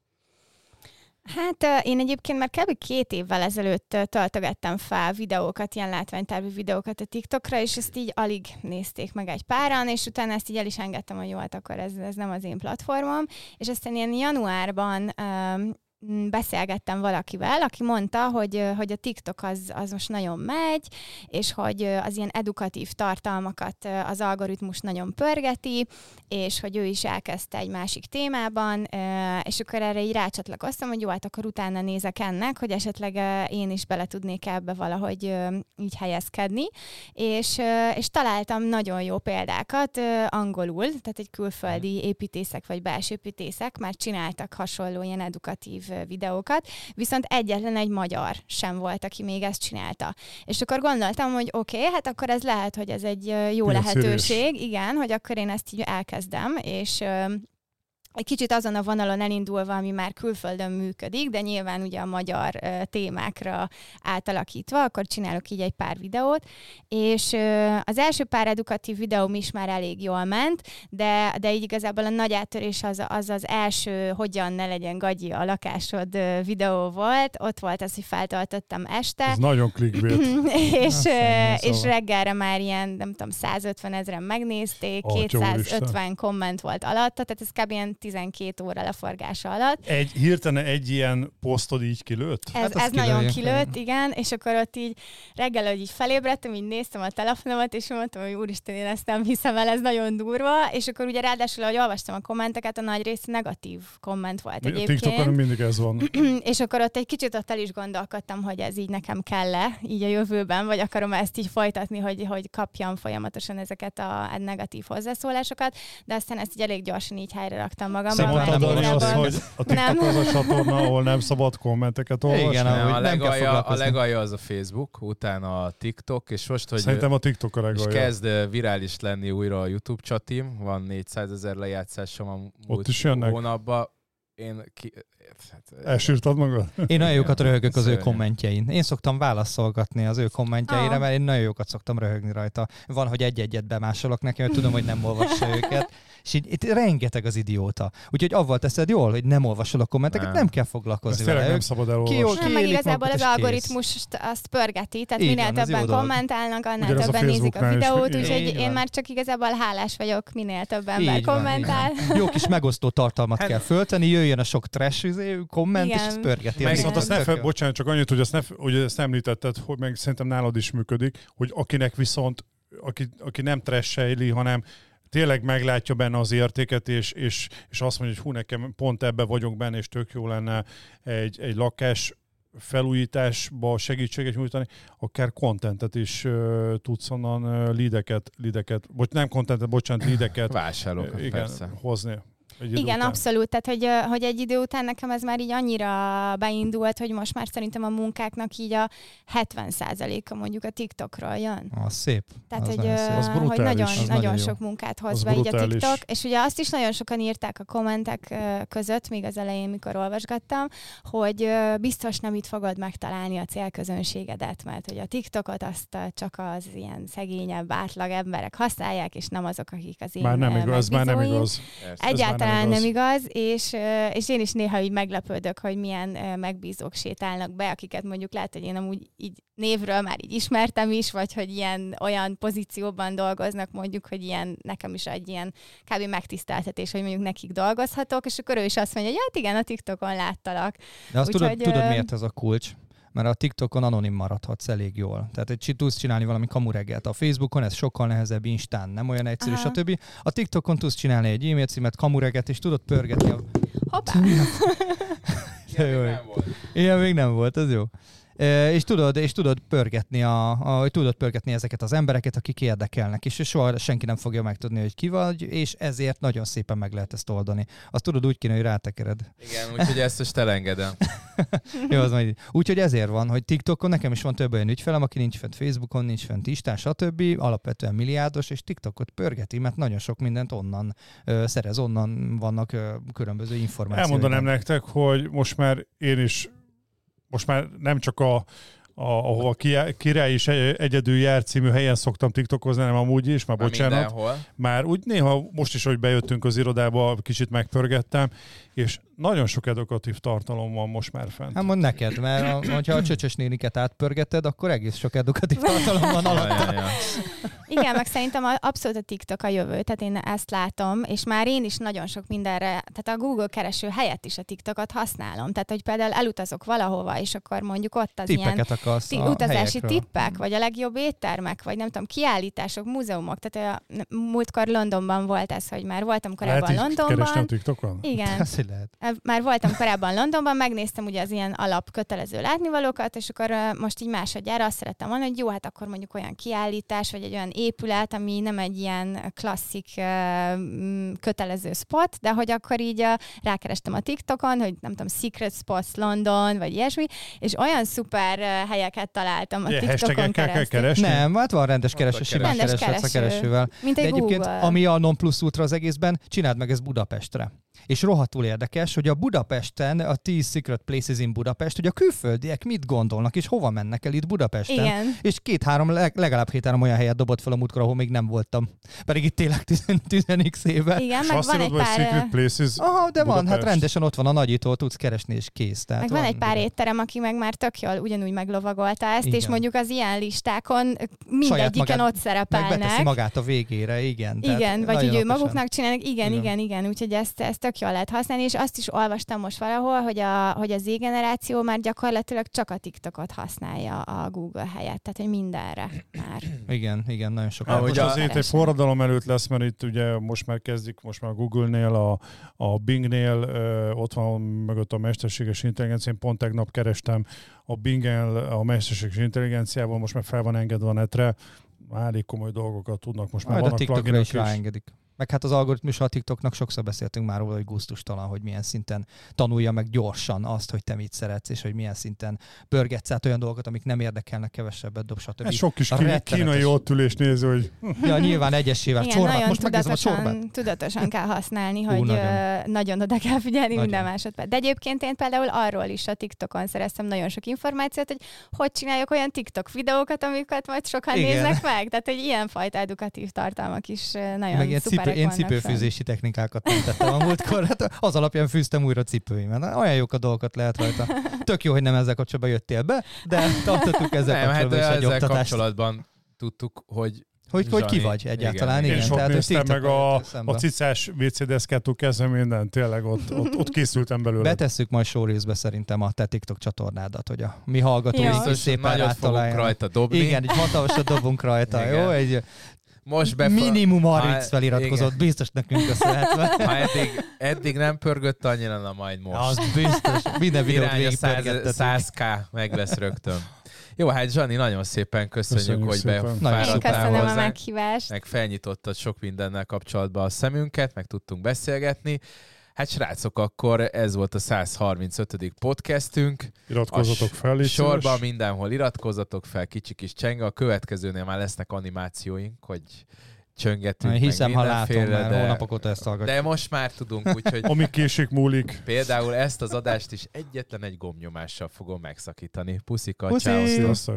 Hát én egyébként már kb. 2 évvel ezelőtt töltögettem fel videókat, ilyen látványtervű videókat a TikTokra, és ezt így alig nézték meg egy páran, és utána ezt így el is engedtem, hogy jó, hát akkor ez nem az én platformom, és aztán ilyen januárban beszélgettem valakivel, aki mondta, hogy a TikTok az most nagyon megy, és hogy az ilyen edukatív tartalmakat az algoritmus nagyon pörgeti, és hogy ő is elkezdte egy másik témában, és akkor erre így rácsatlakoztam, hogy jó, hát akkor utána nézek ennek, hogy esetleg én is bele tudnék ebbe valahogy így helyezkedni, és találtam nagyon jó példákat angolul, tehát egy külföldi építészek vagy belsőépítészek már csináltak hasonló ilyen edukatív videókat, viszont egyetlen egy magyar sem volt, aki még ezt csinálta. És akkor gondoltam, hogy oké, hát akkor ez lehet, hogy ez egy jó lehetőség, igen, hogy akkor én ezt így elkezdem, és egy kicsit azon a vonalon elindulva, ami már külföldön működik, de nyilván ugye a magyar témákra átalakítva, akkor csinálok így egy pár videót, és az első pár edukatív videóm is már elég jól ment, de így igazából a nagy áttörés az első hogyan ne legyen gagyi a lakásod videó volt, ott volt az, hogy feltöltöttem este. Ez nagyon clickbait. és reggelre már ilyen, nem tudom, 150 000 megnézték, 250 komment volt alatta, tehát ez kb. Ilyen 12 óra leforgása alatt. Hirtelen egy ilyen posztod így kilőtt? Ez nagyon kilőtt, igen, és akkor ott így reggel, hogy így felébredtem, így néztem a telefonomat, és mondtam, hogy úristen, én ezt nem hiszem el, ez nagyon durva, és akkor ugye ráadásul, ahogy olvastam a kommenteket, a nagy rész negatív komment volt egyébként. TikTokon mindig ez van. És akkor ott egy kicsit el is gondolkodtam, hogy ez így nekem kell-e, így a jövőben, vagy akarom ezt így folytatni, hogy kapjam folyamatosan ezeket a negatív hozzászólásokat, de aztán ezt így elég gyorsan így helyre raktam magamra. Mondtad az, hogy a TikTok az a csatorna, ahol nem szabad kommenteket olvasni. Igen, a legalja az a Facebook, utána a TikTok, és most, hogy szerintem a TikTok a legalja. És kezd virális lenni újra a YouTube csatim, van 400 000 lejátszásom a múlt hónapban. Elsírtad magad? Én nagyon jókat röhögök az ő kommentjein. Én szoktam válaszolgatni az ő kommentjeire, mert én nagyon jókat szoktam röhögni rajta. Van, hogy egy-egyet bemásolok neki, mert tudom, hogy nem olvassa őket. És így itt rengeteg az idióta. Úgyhogy avval teszed jól, hogy nem olvasol a kommenteket, nem kell foglalkozni vele. Nem szabad elolvasni. Meg igazából az algoritmus azt pörgeti, tehát minél többen kommentálnak, annál többen nézik a videót, úgyhogy én már csak igazából hálás vagyok, minél több ember kommentál. Jó kis megosztó tartalmat kell föltenni, jöjjön a sok trash komment, és ezt pörgeti. Viszont azt bocsánat, csak annyit, hogy ezt említetted, hogy meg szerintem nálad is működik, hogy akinek viszont, aki nem trash-sejli, hanem tényleg meglátja benne az értéket, és azt mondja, hogy nekem pont ebbe vagyok benne, és tök jó lenne egy lakás felújításba segítséget nyújtani, akár contentet is tudsz onnan leadeket, leadeket vásárlókat, persze. Hozni. Igen, abszolút. Tehát, hogy egy idő után nekem ez már így annyira beindult, hogy most már szerintem a munkáknak így a 70%-a mondjuk a TikTokról jön. Szép. Tehát, hogy nagyon sok munkát hoz be így a TikTok. És ugye azt is nagyon sokan írták a kommentek között, még az elején, mikor olvasgattam, hogy biztos nem itt fogod megtalálni a célközönségedet, mert hogy a TikTokot azt csak az ilyen szegényebb, átlag emberek használják, és nem azok, akik az én már nem igaz. Egyáltalán nem igaz, és én is néha így meglepődök, hogy milyen megbízók sétálnak be, akiket mondjuk lehet, hogy én amúgy így névről már így ismertem is, vagy hogy ilyen olyan pozícióban dolgoznak, mondjuk, hogy ilyen, nekem is egy ilyen kb. Megtiszteltetés, hogy mondjuk nekik dolgozhatok, és akkor ő is azt mondja, hogy hát igen, a TikTokon láttalak. De azt tudod, miért ez a kulcs? Mert a TikTokon anonim maradhatsz elég jól. Tehát tudsz csinálni valami kamureggelt. A Facebookon ez sokkal nehezebb, Instán nem olyan egyszerű, stb. A TikTokon tudsz csinálni egy e-mail címet, kamuregget, és tudod pörgetni a... Hoppá! Ilyen még nem volt, ez jó. És tudod pörgetni ezeket az embereket, akik érdekelnek, és soha senki nem fogja megtudni, hogy ki vagy, és ezért nagyon szépen meg lehet ezt oldani. Azt tudod úgy kéne, hogy rátekered. Igen, úgyhogy ezt most elengedem. Jó, az majd. Úgyhogy ezért van, hogy TikTokon nekem is van több olyan ügyfelem, aki nincs fent Facebookon, nincs fent Instán, stb. Alapvetően milliárdos, és TikTokot pörgeti, mert nagyon sok mindent onnan szerez, onnan vannak különböző információk. Elmondanám nektek, hogy most már nem csak ahol Király is egyedül jár című helyen szoktam tiktokozni, hanem amúgy is, már bocsánat. Mindenhol. Már úgy néha, most is, hogy bejöttünk az irodába, kicsit megpörgettem, és nagyon sok edukatív tartalom van most már fent. Hát mondd neked, mert ha a csöcsös néniket átpörgeted, akkor egész sok edukatív tartalom van alatta. Igen, meg szerintem abszolút a TikTok a jövő, tehát én ezt látom, és már én is nagyon sok mindenre, tehát a Google kereső helyett is a TikTokot használom. Tehát, hogy például elutazok valahova, és akkor mondjuk ott az tippeket ilyen utazási tippek, vagy a legjobb éttermek, vagy nem tudom, kiállítások, múzeumok. Tehát múltkor Londonban volt ez, hogy már voltam korábban Londonban. Keresni a TikTokon? Igen. Már voltam korábban Londonban, megnéztem ugye az ilyen alap kötelező látnivalókat, és akkor most így másodjára azt szerettem volna, hogy jó, hát akkor mondjuk olyan kiállítás, vagy egy olyan épület, ami nem egy ilyen klasszik kötelező spot, de hogy akkor így rákerestem a TikTokon, hogy nem tudom, Secret Spots London, vagy ilyesmi, és olyan szuper helyeket találtam a TikTokon keresztül. Nem, hát van rendes kereső, simán kereshetsz a keresővel. Mint egy de egyébként, Google. ami a non plus ultra az egészben, csináld meg ezt Budapestre. És rohadtul érdekes, hogy a Budapesten, a 10 Secret Places in Budapest, hogy a külföldiek mit gondolnak, és hova mennek el itt Budapesten. Igen. És legalább 2-3 olyan helyet dobott fel a múltkor, ahol még nem voltam. Pedig itt tényleg 10x éve. Igen, meg van egy pár... Secret Places aha, de van, Budapest. hát rendesen ott van a nagyító, tudsz keresni és kész. Tehát meg van egy pár étterem, aki meg már tök jól ugyanúgy meglovagolta ezt, igen. És mondjuk az ilyen listákon mindegyiken ott szerepelnek. Megbeteszi magát a végére, igen. Igen, vagy hogy ő maguknak csinálnak, igen, úgyhogy ezt tök jól lehet használni, és azt is olvastam most valahol, hogy a Z-generáció már gyakorlatilag csak a TikTokot használja a Google helyett, tehát hogy mindenre már. Igen, nagyon sok. Most azért egy forradalom előtt lesz, mert itt ugye most már a Google-nél, a Bing-nél ott van mögött a mesterséges intelligencia. Én pont tegnap kerestem a Bing-el a mesterséges intelligenciával, most már fel van engedve a netre. Elég komoly dolgokat tudnak, most már vannak pluginok is ráengedik. Meg hát az algoritmus a TikToknak sokszor beszéltünk már róla, hogy gusztustalan, hogy milyen szinten tanulja meg gyorsan azt, hogy te mit szeretsz, és hogy milyen szinten pörgetsz át olyan dolgokat, amik nem érdekelnek, kevesebbet dob, stb. Ez sok kis kínai ott ülés néző, hogy... Ja, nyilván egyesével. Igen, csorbát. nagyon Most megnézem a csorbát. tudatosan kell használni, hogy nagyon oda kell figyelni minden másodperc. De egyébként én például arról is a TikTokon szereztem nagyon sok információt, hogy csináljuk olyan TikTok videókat, amiket majd sokan néznek meg. Tehát, hogy ilyenfajta edukatív tartalmak is nagyon szuperek én cipőfűzési technikákat tettem a múltkor, hát az alapján fűztem újra cipőimet. Olyan jók a dolgokat lehet rajta. Tök jó, hogy nem ezzel kapcsolatban jöttél be, de tartottuk ezzel kapcsolatban is egy oktatást. Kapcsolatban tudtuk, hogy ki vagy egyáltalán. Igen. Én sok néztem meg a cicás WC deszkától kezdve minden, tényleg ott készültem belőle. Betesszük majd showrészbe szerintem a te TikTok csatornádat, hogy a mi hallgatóink is szépen áttaláljanak. Rajta dobni. Igen, egy hatalmasat dobunk rajta, jó? Egy most minimum 30 feliratkozott, biztos nekünk köszönhetve. Ha eddig nem pörgött annyira, na majd most. Az biztos, minden videót végigpörgettetünk. 100K meg lesz rögtön. Jó, hát Zsani, nagyon szépen köszönjük, hogy befáradtál hozzánk. A meghívást. Meg felnyitottad sok mindennel kapcsolatban a szemünket, meg tudtunk beszélgetni. Hát srácok, akkor ez volt a 135. podcastünk. Iratkozzatok fel is. Sorban mindenhol iratkozzatok fel, kicsi kis csenge. A következőnél már lesznek animációink, hogy csöngetünk. Hiszem, ha látom, mert hónapok óta ezt hallgatjuk. De most már tudunk, úgyhogy... Ami késik múlik. Például ezt az adást is egyetlen egy gombnyomással fogom megszakítani. Puszika, ciao.